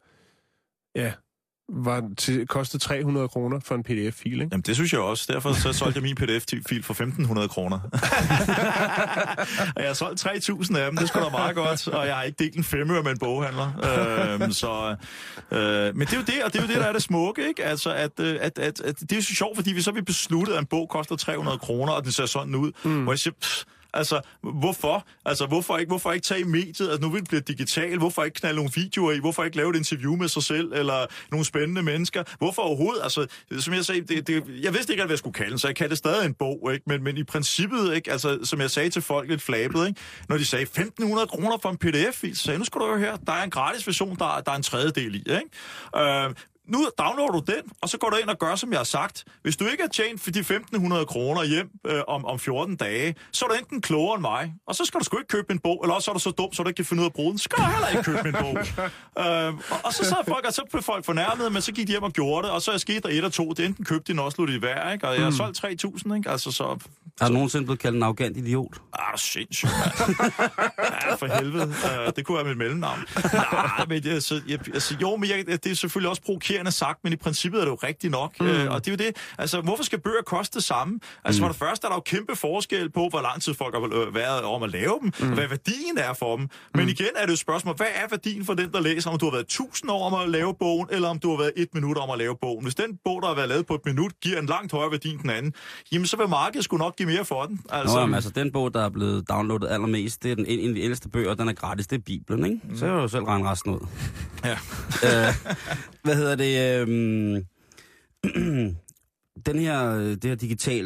kostede 300 kroner for en pdf-fil, ikke? Jamen, det synes jeg også. Derfor så solgte jeg min pdf-fil for 1.500 kroner. Og jeg har solgt 3.000 af dem, det skulle da meget godt, og jeg har ikke delt en 5-øre med en boghandler. Men det er jo det, og det er jo det, der er det smukke, ikke? Altså, at det er jo så sjovt, fordi vi så vi besluttede, at en bog koster 300 kroner, og den ser sådan ud. Hvor jeg siger, altså, hvorfor? Altså, hvorfor ikke tage i mediet? Altså, nu vil det blive digital. Hvorfor ikke knalde nogle videoer i? Hvorfor ikke lave et interview med sig selv? Eller nogle spændende mennesker? Hvorfor overhovedet? Altså, som jeg sagde, jeg vidste ikke, hvad jeg skulle kalde den, så jeg kaldte det stadig en bog, ikke? Men i princippet, ikke? Altså, som jeg sagde til folk lidt flabet, ikke? Når de sagde 1.500 kroner for en pdf-fil, så sagde jeg, nu skal du jo høre, der er en gratis version, der er en tredjedel i, ikke? Nu downloader du den, og så går du ind og gør, som jeg har sagt. Hvis du ikke har tjent for de 1.500 kroner hjem om 14 dage, så er du enten klogere end mig, og så skal du sgu ikke købe en bog, eller også er du så dum, så du ikke kan finde ud af at bruge den. Så skal du heller ikke købe en bog. Og så sad folk, og så blev folk fornærmede, men så gik de hjem og gjorde det, og så er sket der 1 og 2. Det enten købte de, også lod de være, ikke? Og jeg har solgt 3.000, ikke? Altså så... Har du nogensinde blevet kaldt en arrogant idiot? Sindssygt, mand. Ja, for helvede. Det kunne være mit mellemnavn. Nej, men det er selvfølgelig også provokerende sagt, men i princippet er det jo rigtigt nok. Og det er jo det. Altså, hvorfor skal bøger koste det samme? Altså, for det første er der jo kæmpe forskel på, hvor lang tid folk har været om at lave dem, og hvad værdien er for dem. Men igen er det jo et spørgsmål, hvad er værdien for den, der læser, om du har været 1000 år om at lave bogen, eller om du har været 1 minut om at lave bogen. Hvis den bog, der har været lavet på 1 minut, giver en langt højere værdi end den anden, jamen så vil markedet sgu nok give mere for den. Altså, den bog, der er blevet downloadet allermest, det er en af de ældste bøger, og den er gratis, det er Bibelen, ikke? Så er jo selv regne resten ud. Ja. Hvad hedder det? Den her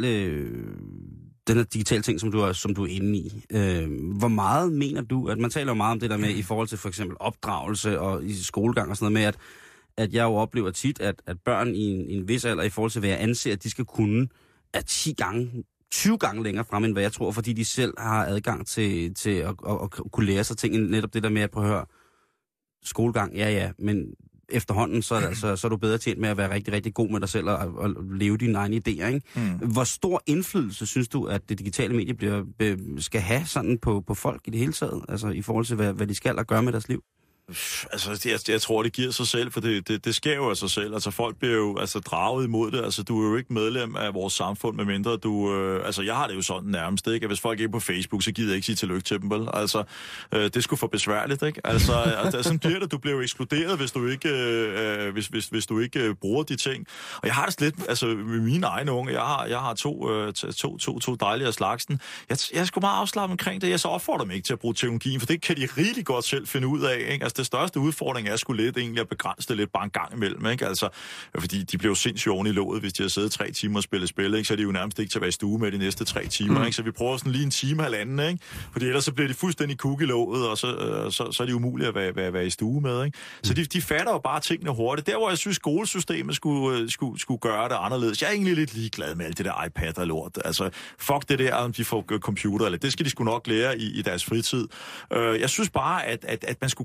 digitale ting, som du er inde i, hvor meget mener du, at man taler jo meget om det der med i forhold til for eksempel opdragelse og i skolegang og sådan noget med, at jeg jo oplever tit, at børn i en vis alder i forhold til, hvad jeg anser, at de skal kunne, er 20 gange længere frem, end hvad jeg tror, fordi de selv har adgang til at kunne lære sig ting, netop det der med at prøve at høre skolegang, ja, men efterhånden, så er du bedre tjent med at være rigtig, rigtig god med dig selv og leve dine egne idéer, ikke? Hvor stor indflydelse synes du, at det digitale medie skal have sådan på folk i det hele taget? Altså i forhold til, hvad de skal og gøre med deres liv? Altså, jeg tror, det giver sig selv, for det sker jo af sig selv. Altså, folk bliver jo draget imod det. Altså, du er jo ikke medlem af vores samfund, medmindre du... jeg har det jo sådan nærmest, ikke? At hvis folk er på Facebook, så gider jeg ikke sige tillykke til dem, vel? Altså, det er sgu for besværligt, ikke? Altså, sådan bliver det. Du bliver jo ekskluderet, hvis du ikke, hvis du ikke bruger de ting. Og jeg har det slet... Altså, med mine egne unge, jeg har to dejlige af slagsen. Jeg er sgu meget afslappet omkring det. Jeg så opfordrer dem ikke til at bruge teknologien, for det kan de rigtig godt selv finde ud af, ikke? Altså, det største udfordring er sgu lidt egentlig at begrænse det lidt bare en gang imellem, ikke? Altså, fordi de bliver jo sindssygt oven i låget, hvis de har siddet 3 timer og spillet spil, ikke? Så er de jo nærmest ikke til at være i stue med de næste 3 timer, ikke? Så vi prøver sådan lige en time, halvanden, ikke? Fordi ellers så bliver de fuldstændig kug i låget, og så er det umuligt at være i stue med, ikke? Så de fatter jo bare tingene hurtigt. Der, hvor jeg synes, skolesystemet skulle gøre det anderledes. Jeg er egentlig lidt ligeglad med alt det der iPad og lort. Altså, fuck det der, om de får computer, eller det skal de sgu nok lære i deres fritid. Jeg synes bare, at man skulle gøre ting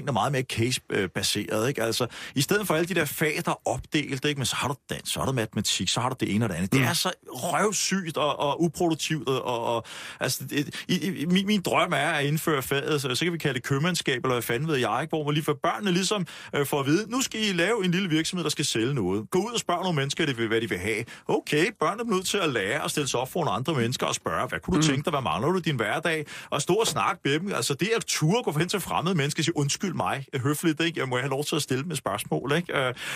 er meget mere case-baseret, ikke? Altså, i stedet for alle de der fag, der er opdelt, ikke? Men så har du dans, så har du matematik, så har du det ene og det andet. Det er så røvsygt og uproduktivt, og altså, min drøm er at indføre faget, så kan vi kalde det købmandskab, eller hvad fanden ved jeg, ikke? Hvor man lige får børnene ligesom får at vide, nu skal I lave en lille virksomhed, der skal sælge noget. Gå ud og spørg nogle mennesker, hvad de vil have. Okay, børnene er nødt til at lære at stille sig op for nogle andre mennesker og spørge, hvad kunne du tænke dig, hvad mangler du i din hverdag? Og stå og snakke med dem. Altså, det er at ture gå hen til fremmede mennesker og sige, undskyld mig, høfligt, ikke? Jeg må have lov til at stille med spørgsmål, ikke?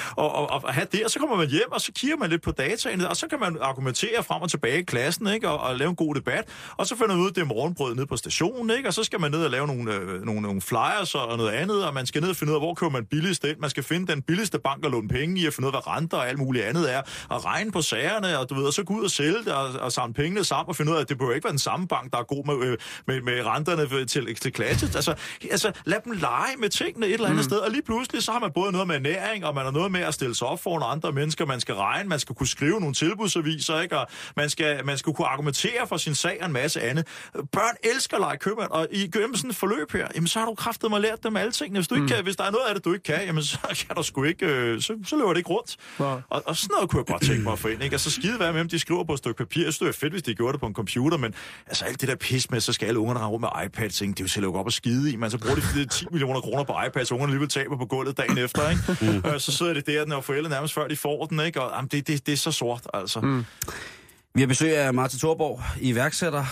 Og have det, og så kommer man hjem, og så kigger man lidt på dataene, og så kan man argumentere frem og tilbage i klassen, ikke? Og lave en god debat. Og så finder man ud af, det er morgenbrød nede på stationen, ikke? Og så skal man ned og lave nogle flyers og noget andet, og man skal ned og finde ud af, hvor køber man billigst ind. Man skal finde den billigste bank og låne penge i, og finde ud af, hvad renter og alt muligt andet er, og regne på sagerne, og du ved, og så gå ud og sælge det, og samle pengene sammen, og finde ud af, at det behøver ikke være den samme bank, der er god med renterne til klasse. Altså, lad dem lege med tingene et eller andet sted, og lige pludselig, så har man både noget med ernæring, og man har noget med at stille sig op for nogle andre mennesker, man skal regne, man skal kunne skrive nogle tilbudsaviser, ikke? Og man skal kunne argumentere for sin sag og en masse andet. Børn elsker at lege købmand, og i gennem sådan et forløb her, jamen så har du kraftedeme lært dem alle tingene. Hvis du ikke kan, hvis der er noget af det, du ikke kan, jamen så kan du sgu ikke, så løber det ikke rundt. Og sådan noget kunne jeg godt tænke mig at få ind, ikke? Altså skide være med dem, de skriver på et stykke papir. Jeg synes, det er fedt, hvis de gjorde det på en computer, men altså alt det der pis med, så skal alle ungerne have rundt med iPads, ikke? Det er jo til at lukke op og skide i. Man så bruger de 10 millioner kroner på iPads, ungerne alligevel taber på gulvet dagen efter, ikke? Så sidder det der, og forældre nærmest før de får den, ikke? Og det er så sort, altså. Vi har besøg af Martin Thorborg, iværksætter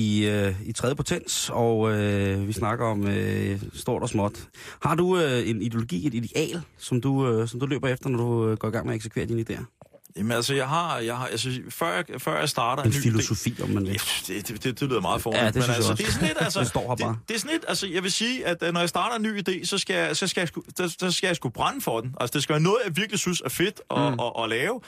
i tredje potens, og vi snakker om stort og småt. Har du en ideologi, et ideal, som du løber efter, når du går i gang med at eksekvere dine idéer? Jamen altså, jeg har altså, før jeg starter en filosofi, om man vil. Det lyder meget fornemt. Ja, det synes jeg også. Det er sådan lidt, altså, det står her bare. Det er sådan lidt, altså, jeg vil sige, at når jeg starter en ny idé, så skal jeg sgu brænde for den. Altså, det skal være noget, jeg virkelig synes er fedt at lave.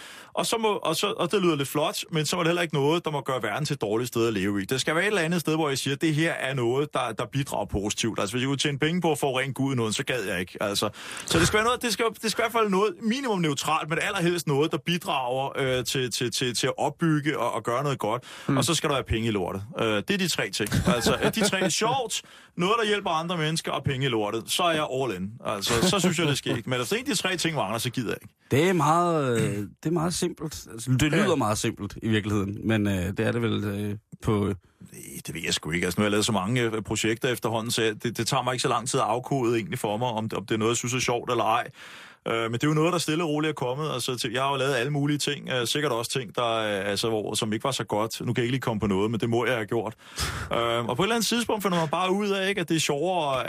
Og det lyder lidt flot, men så er det heller ikke noget, der må gøre verden til et dårligt sted at leve i. Det skal være et eller andet sted, hvor jeg siger, at det her er noget, der bidrager positivt. Altså, hvis jeg kunne tjene penge på at få rent Gud noget, så gad jeg ikke. Altså, så det skal være noget, det skal i hvert fald noget minimum neutralt, men allerhelst noget, der bidrager til at opbygge og gøre noget godt. Og så skal der være penge i lortet. Det er de tre ting. Altså, de tre sjovt, noget, der hjælper andre mennesker, og penge i lortet. Så er jeg all in. Altså, så synes jeg, det sker ikke. Men hvis en af de tre ting mangler, så gider jeg ikke. Det er meget simpelt. Altså, det lyder meget simpelt i virkeligheden, men det er det vel på... Det ved jeg sgu ikke. Altså, nu har jeg lavet så mange projekter efterhånden, så det tager mig ikke så lang tid at afkode egentlig for mig, om det er noget, jeg synes er sjovt eller ej. Men det er jo noget, der stille og roligt er kommet. Altså, jeg har jo lavet alle mulige ting. Sikkert også ting, som ikke var så godt. Nu kan jeg ikke lige komme på noget, men det må jeg have gjort. Og på et eller andet tidspunkt finder man bare ud af, ikke, at det er sjovere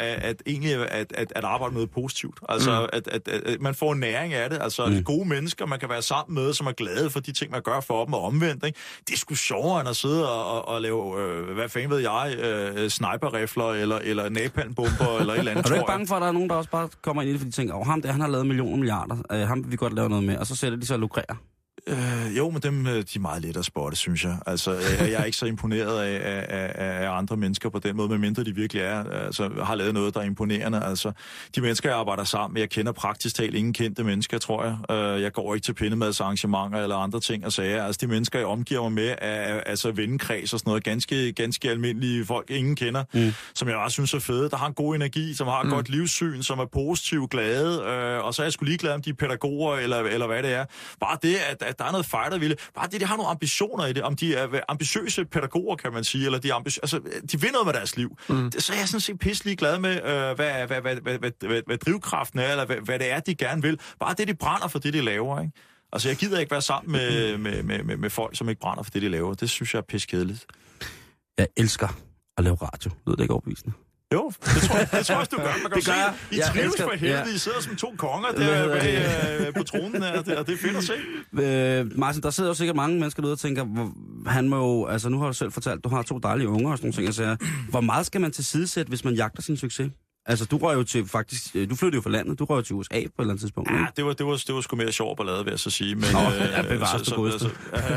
at arbejde med positivt. Altså, at man får næring af det. Altså, gode mennesker, man kan være sammen med, som er glade for de ting, man gør for dem, og omvendt. Ikke? Det er sgu sjovere, end at sidde og lave, hvad fanden ved jeg, sniperrifler, eller napalmbomber, eller et eller andet. Er du ikke bange for, at der er nogen, der også bare kommer ind i det, fordi de tænker, ham der, han har lavet milliarder. Ham vil vi godt lave noget med, og så sætter de så lukrerer. Jo, men de er meget let at spotte, synes jeg. Altså, jeg er ikke så imponeret af andre mennesker på den måde, medmindre de virkelig har lavet noget, der er imponerende. Altså, de mennesker, jeg arbejder sammen med, jeg kender praktisk talt ingen kendte mennesker, tror jeg. Jeg går ikke til pindemadsarrangementer eller andre ting og sager. Altså, de mennesker, jeg omgiver mig med, er vennekreds og sådan noget, ganske almindelige folk, ingen kender, som jeg også synes er fede, der har en god energi, som har et godt livssyn, som er positivt glade, og så er jeg sgu ligeglad om de er pædagoger eller hvad det er. Bare det, at der er noget fightervilje. Bare det, de har nogle ambitioner i det. Om de er ambitiøse pædagoger, kan man sige, eller de vil noget med deres liv. Så er jeg sådan set pisselig glad med, hvad drivkraften er, eller hvad det er, de gerne vil. Bare det, de brænder for det, de laver, ikke? Altså, jeg gider ikke være sammen med folk, som ikke brænder for det, de laver. Det synes jeg er piskedeligt. Jeg elsker at lave radio. Lyder det ikke overbevisende? Jo, det tror jeg også, du gør. Man kan se, I trives for helvede. I sidder som to konger der bag på tronen her, og det er fedt at se. Martin, der sidder jo sikkert mange mennesker derude og tænker, han må jo, altså nu har du selv fortalt, du har 2 dejlige unger og sådan nogle ting, altså, hvor meget skal man tilsidesætte, hvis man jagter sin succes? Altså, du røg jo til, faktisk, du flyttede jo fra landet, du røg jo til USA på et eller andet tidspunkt. Ja, det var sgu mere sjovt ballade, vil jeg så sige. Men, jeg bevares det godeste.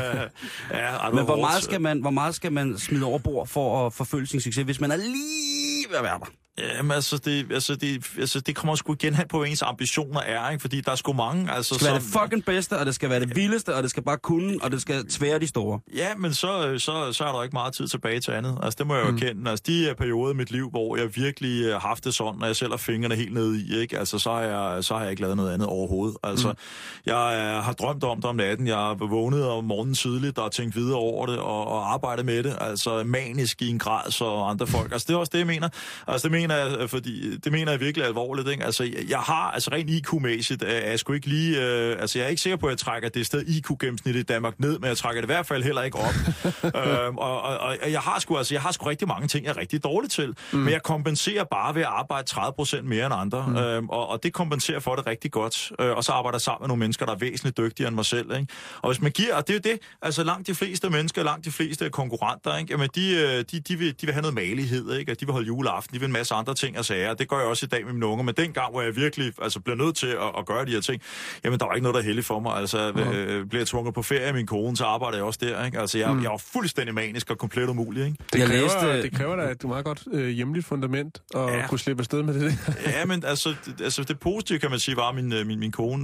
Men hvor meget skal man smide over bord for at forfølge sin succes, hvis man er lige ved at være der? Jamen, det kommer sgu igen hen på ens ambitioner er, ikke? Fordi der er sgu mange, altså... Det skal være det fucking bedste, og det skal være det vildeste, og det skal bare kunne, og det skal tvære de store. Ja, men så er der ikke meget tid tilbage til andet. Altså, det må jeg jo erkende. Altså, de perioder i mit liv, hvor jeg virkelig har haft det sådan, og jeg selv har fingrene helt nede i, ikke? Altså, så har jeg ikke lavet noget andet overhovedet. Altså, jeg har drømt om det om natten. Jeg har vågnet om morgenen tidligt og tænkt videre over det, og arbejdet med det. Altså, manisk i en grad, så andre folk. Altså, det er også det, jeg mener. Altså, det mener jeg virkelig alvorligt, ikke? Altså, jeg har, altså rent IQ-mæssigt, jeg sgu ikke lige, jeg er ikke sikker på, at jeg trækker det sted IQ-gennemsnit i Danmark ned, men jeg trækker det i hvert fald heller ikke op. Og jeg har sgu rigtig mange ting, jeg er rigtig dårlig til, men jeg kompenserer bare ved at arbejde 30% mere end andre, og det kompenserer for det rigtig godt, og så arbejder jeg sammen med nogle mennesker, der er væsentligt dygtigere end mig selv, ikke? Og hvis man giver, og det er jo det, altså langt de fleste mennesker, langt de fleste konkurrenter, ikke? Jamen, de vil have noget malighed, ikke? Og de vil holde juleaften, de vil en masse andre ting og sager. Det gør jeg også i dag med mine unger, men dengang, hvor jeg virkelig bliver nødt til at gøre de her ting, jamen der var ikke noget, der er heldigt for mig. Altså, bliver jeg tvunget på ferie af min kone, så arbejder jeg også der, ikke? Altså, jeg var fuldstændig manisk og komplet umulig, ikke? Det kræver da et meget godt hjemligt fundament at kunne slippe afsted med det. Ja, men altså det positive, kan man sige, var min kone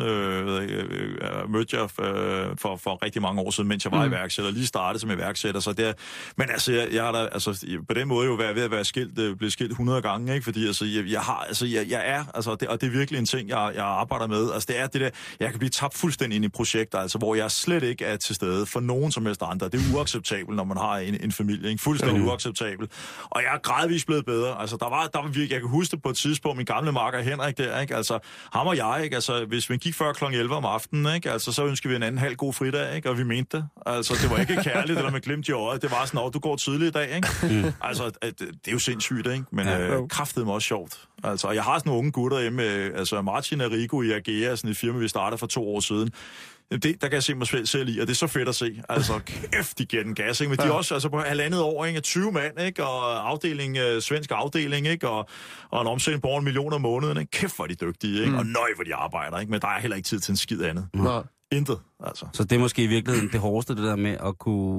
mødte jeg for rigtig mange år siden, mens jeg var iværksætter, lige startede som iværksætter, så der, men altså, jeg har da, altså, på den måde jo været ved at være blevet skilt 100 gange, ikke? Fordi altså, og det er virkelig en ting, jeg arbejder med. Altså, det er det der, jeg kan blive tabt fuldstændig ind i projekter, altså, hvor jeg slet ikke er til stede for nogen som helst andre. Det er uacceptabelt, når man har en familie, ikke? Fuldstændig uacceptabelt. Og jeg er gradvist blevet bedre. Altså, der var virkelig, jeg kan huske det på et tidspunkt, min gamle makker Henrik der, ikke? Altså, ham og jeg, ikke? Altså, hvis vi gik før kl. 11 om aftenen, ikke? Altså, så ønskede vi en anden halv god fridag, ikke? Og vi mente det. Altså, det var ikke kærligt, eller med glimt i øjet. Det var sådan, du går tidligt i dag, ikke? Altså, det er jo sindssygt, ikke? Men kraftedeme også sjovt. Altså, jeg har sådan nogle unge gutter hjemme, altså Martin og Rico i Agea, sådan et firma, vi startede for 2 år siden. Der kan jeg se mig selv i, og det er så fedt at se. Altså, kæft, de giver den gas, ikke? Men de er også altså, på 1,5 år, ikke? 20 mand, ikke? Og svensk afdeling, ikke? Og en omsætning på over 1 million om måneden, ikke? Kæft, hvor de dygtige, ikke? Og nøj, hvor de arbejder, ikke? Men der er heller ikke tid til en skid andet. Intet, altså. Så det er måske i virkeligheden det hårdeste, det der med at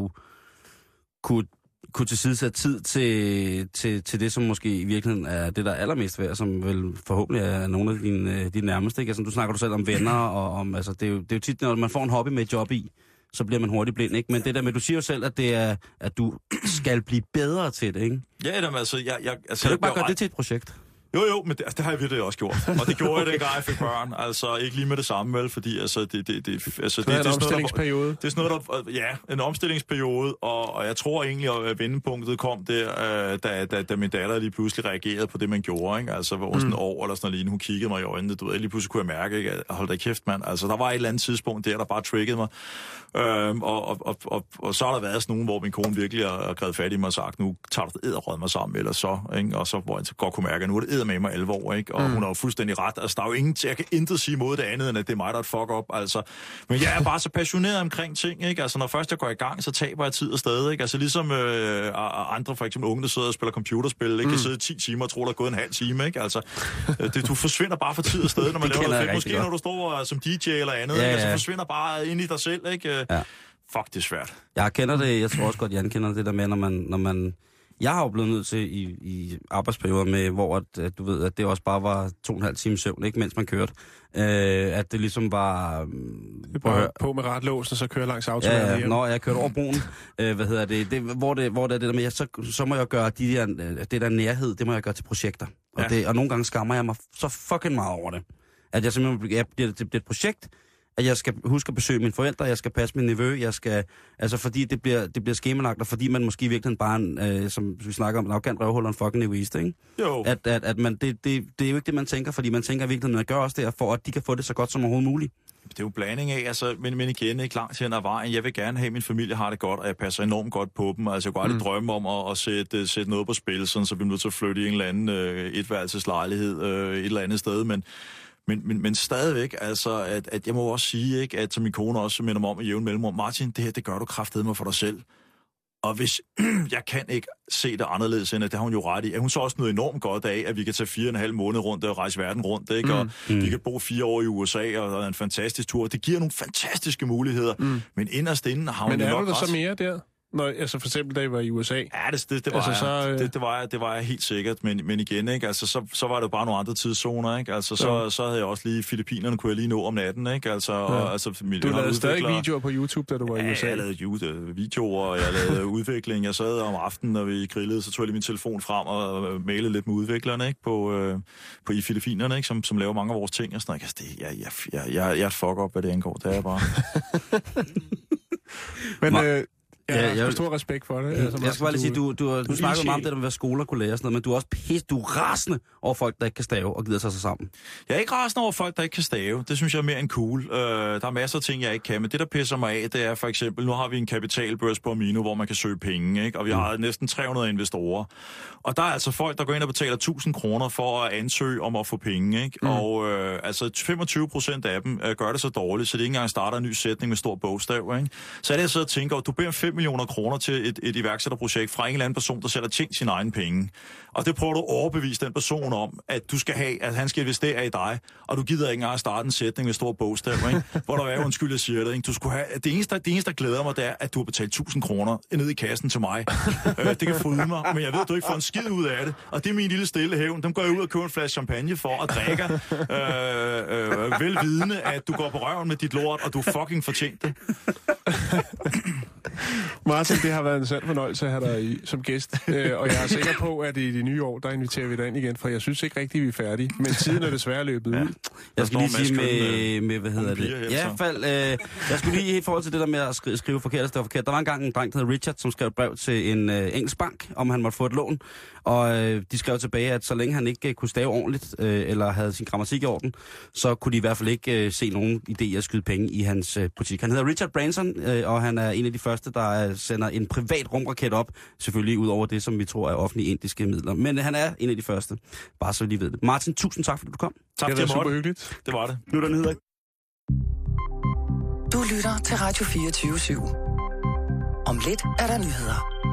kunne tilsidesætte tid til det, som måske i virkeligheden er det, der er allermest værd, som vel forhåbentlig er nogle af dine nærmeste, ikke? Altså, du snakker selv om venner, og om, altså, det er jo tit, når man får en hobby med et job i, så bliver man hurtigt blind, ikke? Men det der med, du siger jo selv, at det er, at du skal blive bedre til det, ikke? Ja, jamen, altså, kan du ikke bare gøre det til et projekt? Jo, men det har jeg virkelig også gjort. Og det gjorde jeg dengang, jeg fik børn. Altså, ikke lige med det samme, vel, fordi altså, det er en omstillingsperiode. Det er sådan noget, en omstillingsperiode, og jeg tror egentlig, at vendepunktet kom der, da min datter lige pludselig reagerede på det, man gjorde, ikke? Altså, hvor sådan et år eller sådan noget, hun kiggede mig i øjnene, du ved, lige pludselig kunne jeg mærke, ikke? Hold da kæft, mand. Altså, der var et eller andet tidspunkt der bare triggede mig. Og så har der været sådan nogen, hvor min kone virkelig har grebet fat i mig og sagt, nu tager du det edderrød mig sammen, eller så, ikke? Og så, hvor jeg godt kunne mærke, at nu er det med mig alvor, ikke? Og hun har jo fuldstændig ret. Altså, der er jo jeg kan intet sige mod det andet, end at det er mig, der er et fuck up, altså. Men jeg er bare så passioneret omkring ting, ikke? Altså, når først jeg går i gang, så taber jeg tid og sted, ikke? Altså, ligesom andre, for eksempel unge, der sidder og spiller computerspil, ikke? Kan sidde 10 timer og tror, der er gået en halv time, ikke? Altså, du forsvinder bare for tid og sted, når man laver det. Måske når du står som DJ eller andet, ikke? Altså, forsvinder bare ind i dig selv, ikke? Fuck, det er svært. Jeg kender det, jeg tror også godt, Jan kender det der med, når man jeg har jo blevet nødt til i arbejdsperioder med, hvor at, du ved, at det også bare var 2,5 times søvn, ikke, mens man kørte. At det ligesom var... på med retlåsen, og så kører langs automaten hjem. Når jeg kørte over broen, hvor det er det der med, så må jeg gøre det der nærhed, det må jeg gøre til projekter. Og nogle gange skammer jeg mig så fucking meget over det. At jeg simpelthen det bliver et projekt, at jeg skal huske at besøge mine forældre, jeg skal passe min nevø, fordi det bliver skemalagt, og fordi man måske i virkeligheden bare, som vi snakker om, en arrogant røvhul og en fucking egoist, ikke? Jo. At man, det er jo ikke det, man tænker, fordi man tænker i virkeligheden, man gør også det, for at de kan få det så godt som overhovedet muligt. Det er jo blanding af, altså, men igen, ikke langt hen ad vejen. Jeg vil gerne have, at min familie har det godt, og jeg passer enormt godt på dem. Altså, jeg kunne aldrig drømme om at sætte noget på spil, sådan, så vi er nødt til at flytte i en eller anden etværelseslejlighed et eller andet sted, men stadigvæk, altså, at jeg må også sige, ikke, at som min kone også minder mig om i jævn mellemrum, Martin, det her, det gør du kraftedeme for dig selv. Og hvis jeg kan ikke se det anderledes end, at det har hun jo ret i, at hun så også noget enormt godt af, at vi kan tage 4,5 måneder rundt og rejse verden rundt, ikke? Og vi kan bo 4 år i USA, og der er en fantastisk tur. Det giver nogle fantastiske muligheder, men inderst inden har hun men jo nok er du der så mere der? Altså for eksempel, da I var i USA? Ja, det var jeg helt sikkert, men igen, ikke? Altså, så var det jo bare nogle andre tidszoner, ikke? Altså, så havde jeg også lige Filippinerne, kunne jeg lige nå om natten, ikke? Altså, du lavede stadig videoer på YouTube, da du var i USA? Ja, jeg lavede videoer, og jeg lavede udvikling. Jeg sad om aftenen, når vi grillede, så tog jeg lige min telefon frem og mailede lidt med udviklerne, ikke? På i Filippinerne, ikke? Som laver mange af vores ting og sådan noget. Altså, jeg er et fuck-up, hvad det angår. Det er bare... Men... Jeg har stor respekt for det. Jeg skal bare lige sige, du snakker meget om det, hvad skoler kunne lære, sådan noget, men du er også du er rasende over folk, der ikke kan stave og gider sig sammen. Jeg er ikke rasende over folk, der ikke kan stave. Det synes jeg er mere end cool. Der er masser af ting, jeg ikke kan, men det, der pisser mig af, det er for eksempel, nu har vi en kapitalbørs på Amino, hvor man kan søge penge, ikke? Og vi har næsten 300 investorer. Og der er altså folk, der går ind og betaler 1.000 kroner for at ansøge om at få penge, ikke? Og altså 25% af dem gør det så dårligt, så det ikke engang starter en ny sætning med stor bogstav, ikke? Så er det, jeg sidder og tænker, du beder 5 millioner kroner til et iværksætterprojekt fra en eller anden person, der selv har tjent sine egne penge. Og det prøver du at overbevise den person om, at du skal have, at han skal investere i dig, og du gider ikke engang at starte en sætning med stor bogstav, ikke? Hvor der er undskyld, jeg siger det, ikke? Du skulle have, det eneste, der glæder mig, det er, at du har betalt 1.000 kroner ned i kassen til mig. Det kan fryde mig, men jeg ved, at du ikke får en skid ud af det. Og det er min lille stille hævn. Dem går jeg ud og køber en flaske champagne for og drikker, velvidende, at du går på røven med dit lort, og du fucking fortjent det. Martin, det har været en sand fornøjelse at have dig som gæst, og jeg er sikker på, at i det nye år, der inviterer vi dig ind igen, for jeg synes ikke rigtigt, vi er færdige, men tiden er desværre løbet ud. Jeg skal lige sige med hvad hedder det? Ja, jeg skulle lige i forhold til det der med at skrive forkert og stave forkert. Der var engang en dreng, der hed Richard, som skrev et brev til en engelsk bank, om han måtte få et lån, og de skrev tilbage, at så længe han ikke kunne stave ordentligt, eller havde sin grammatik i orden, så kunne de i hvert fald ikke se nogen idé at skyde penge i hans butik. Han hedder Richard Branson, og han er en af de første, der sender en privat rumraket op, selvfølgelig ud over det, som vi tror er offentlige indiske midler. Men han er en af de første, bare så vi lige ved det. Martin, tusind tak, fordi du kom. Tak, det var super hyggeligt. Det var det. Nu er der nyheder. Du lytter til Radio 24/7. Om lidt er der nyheder.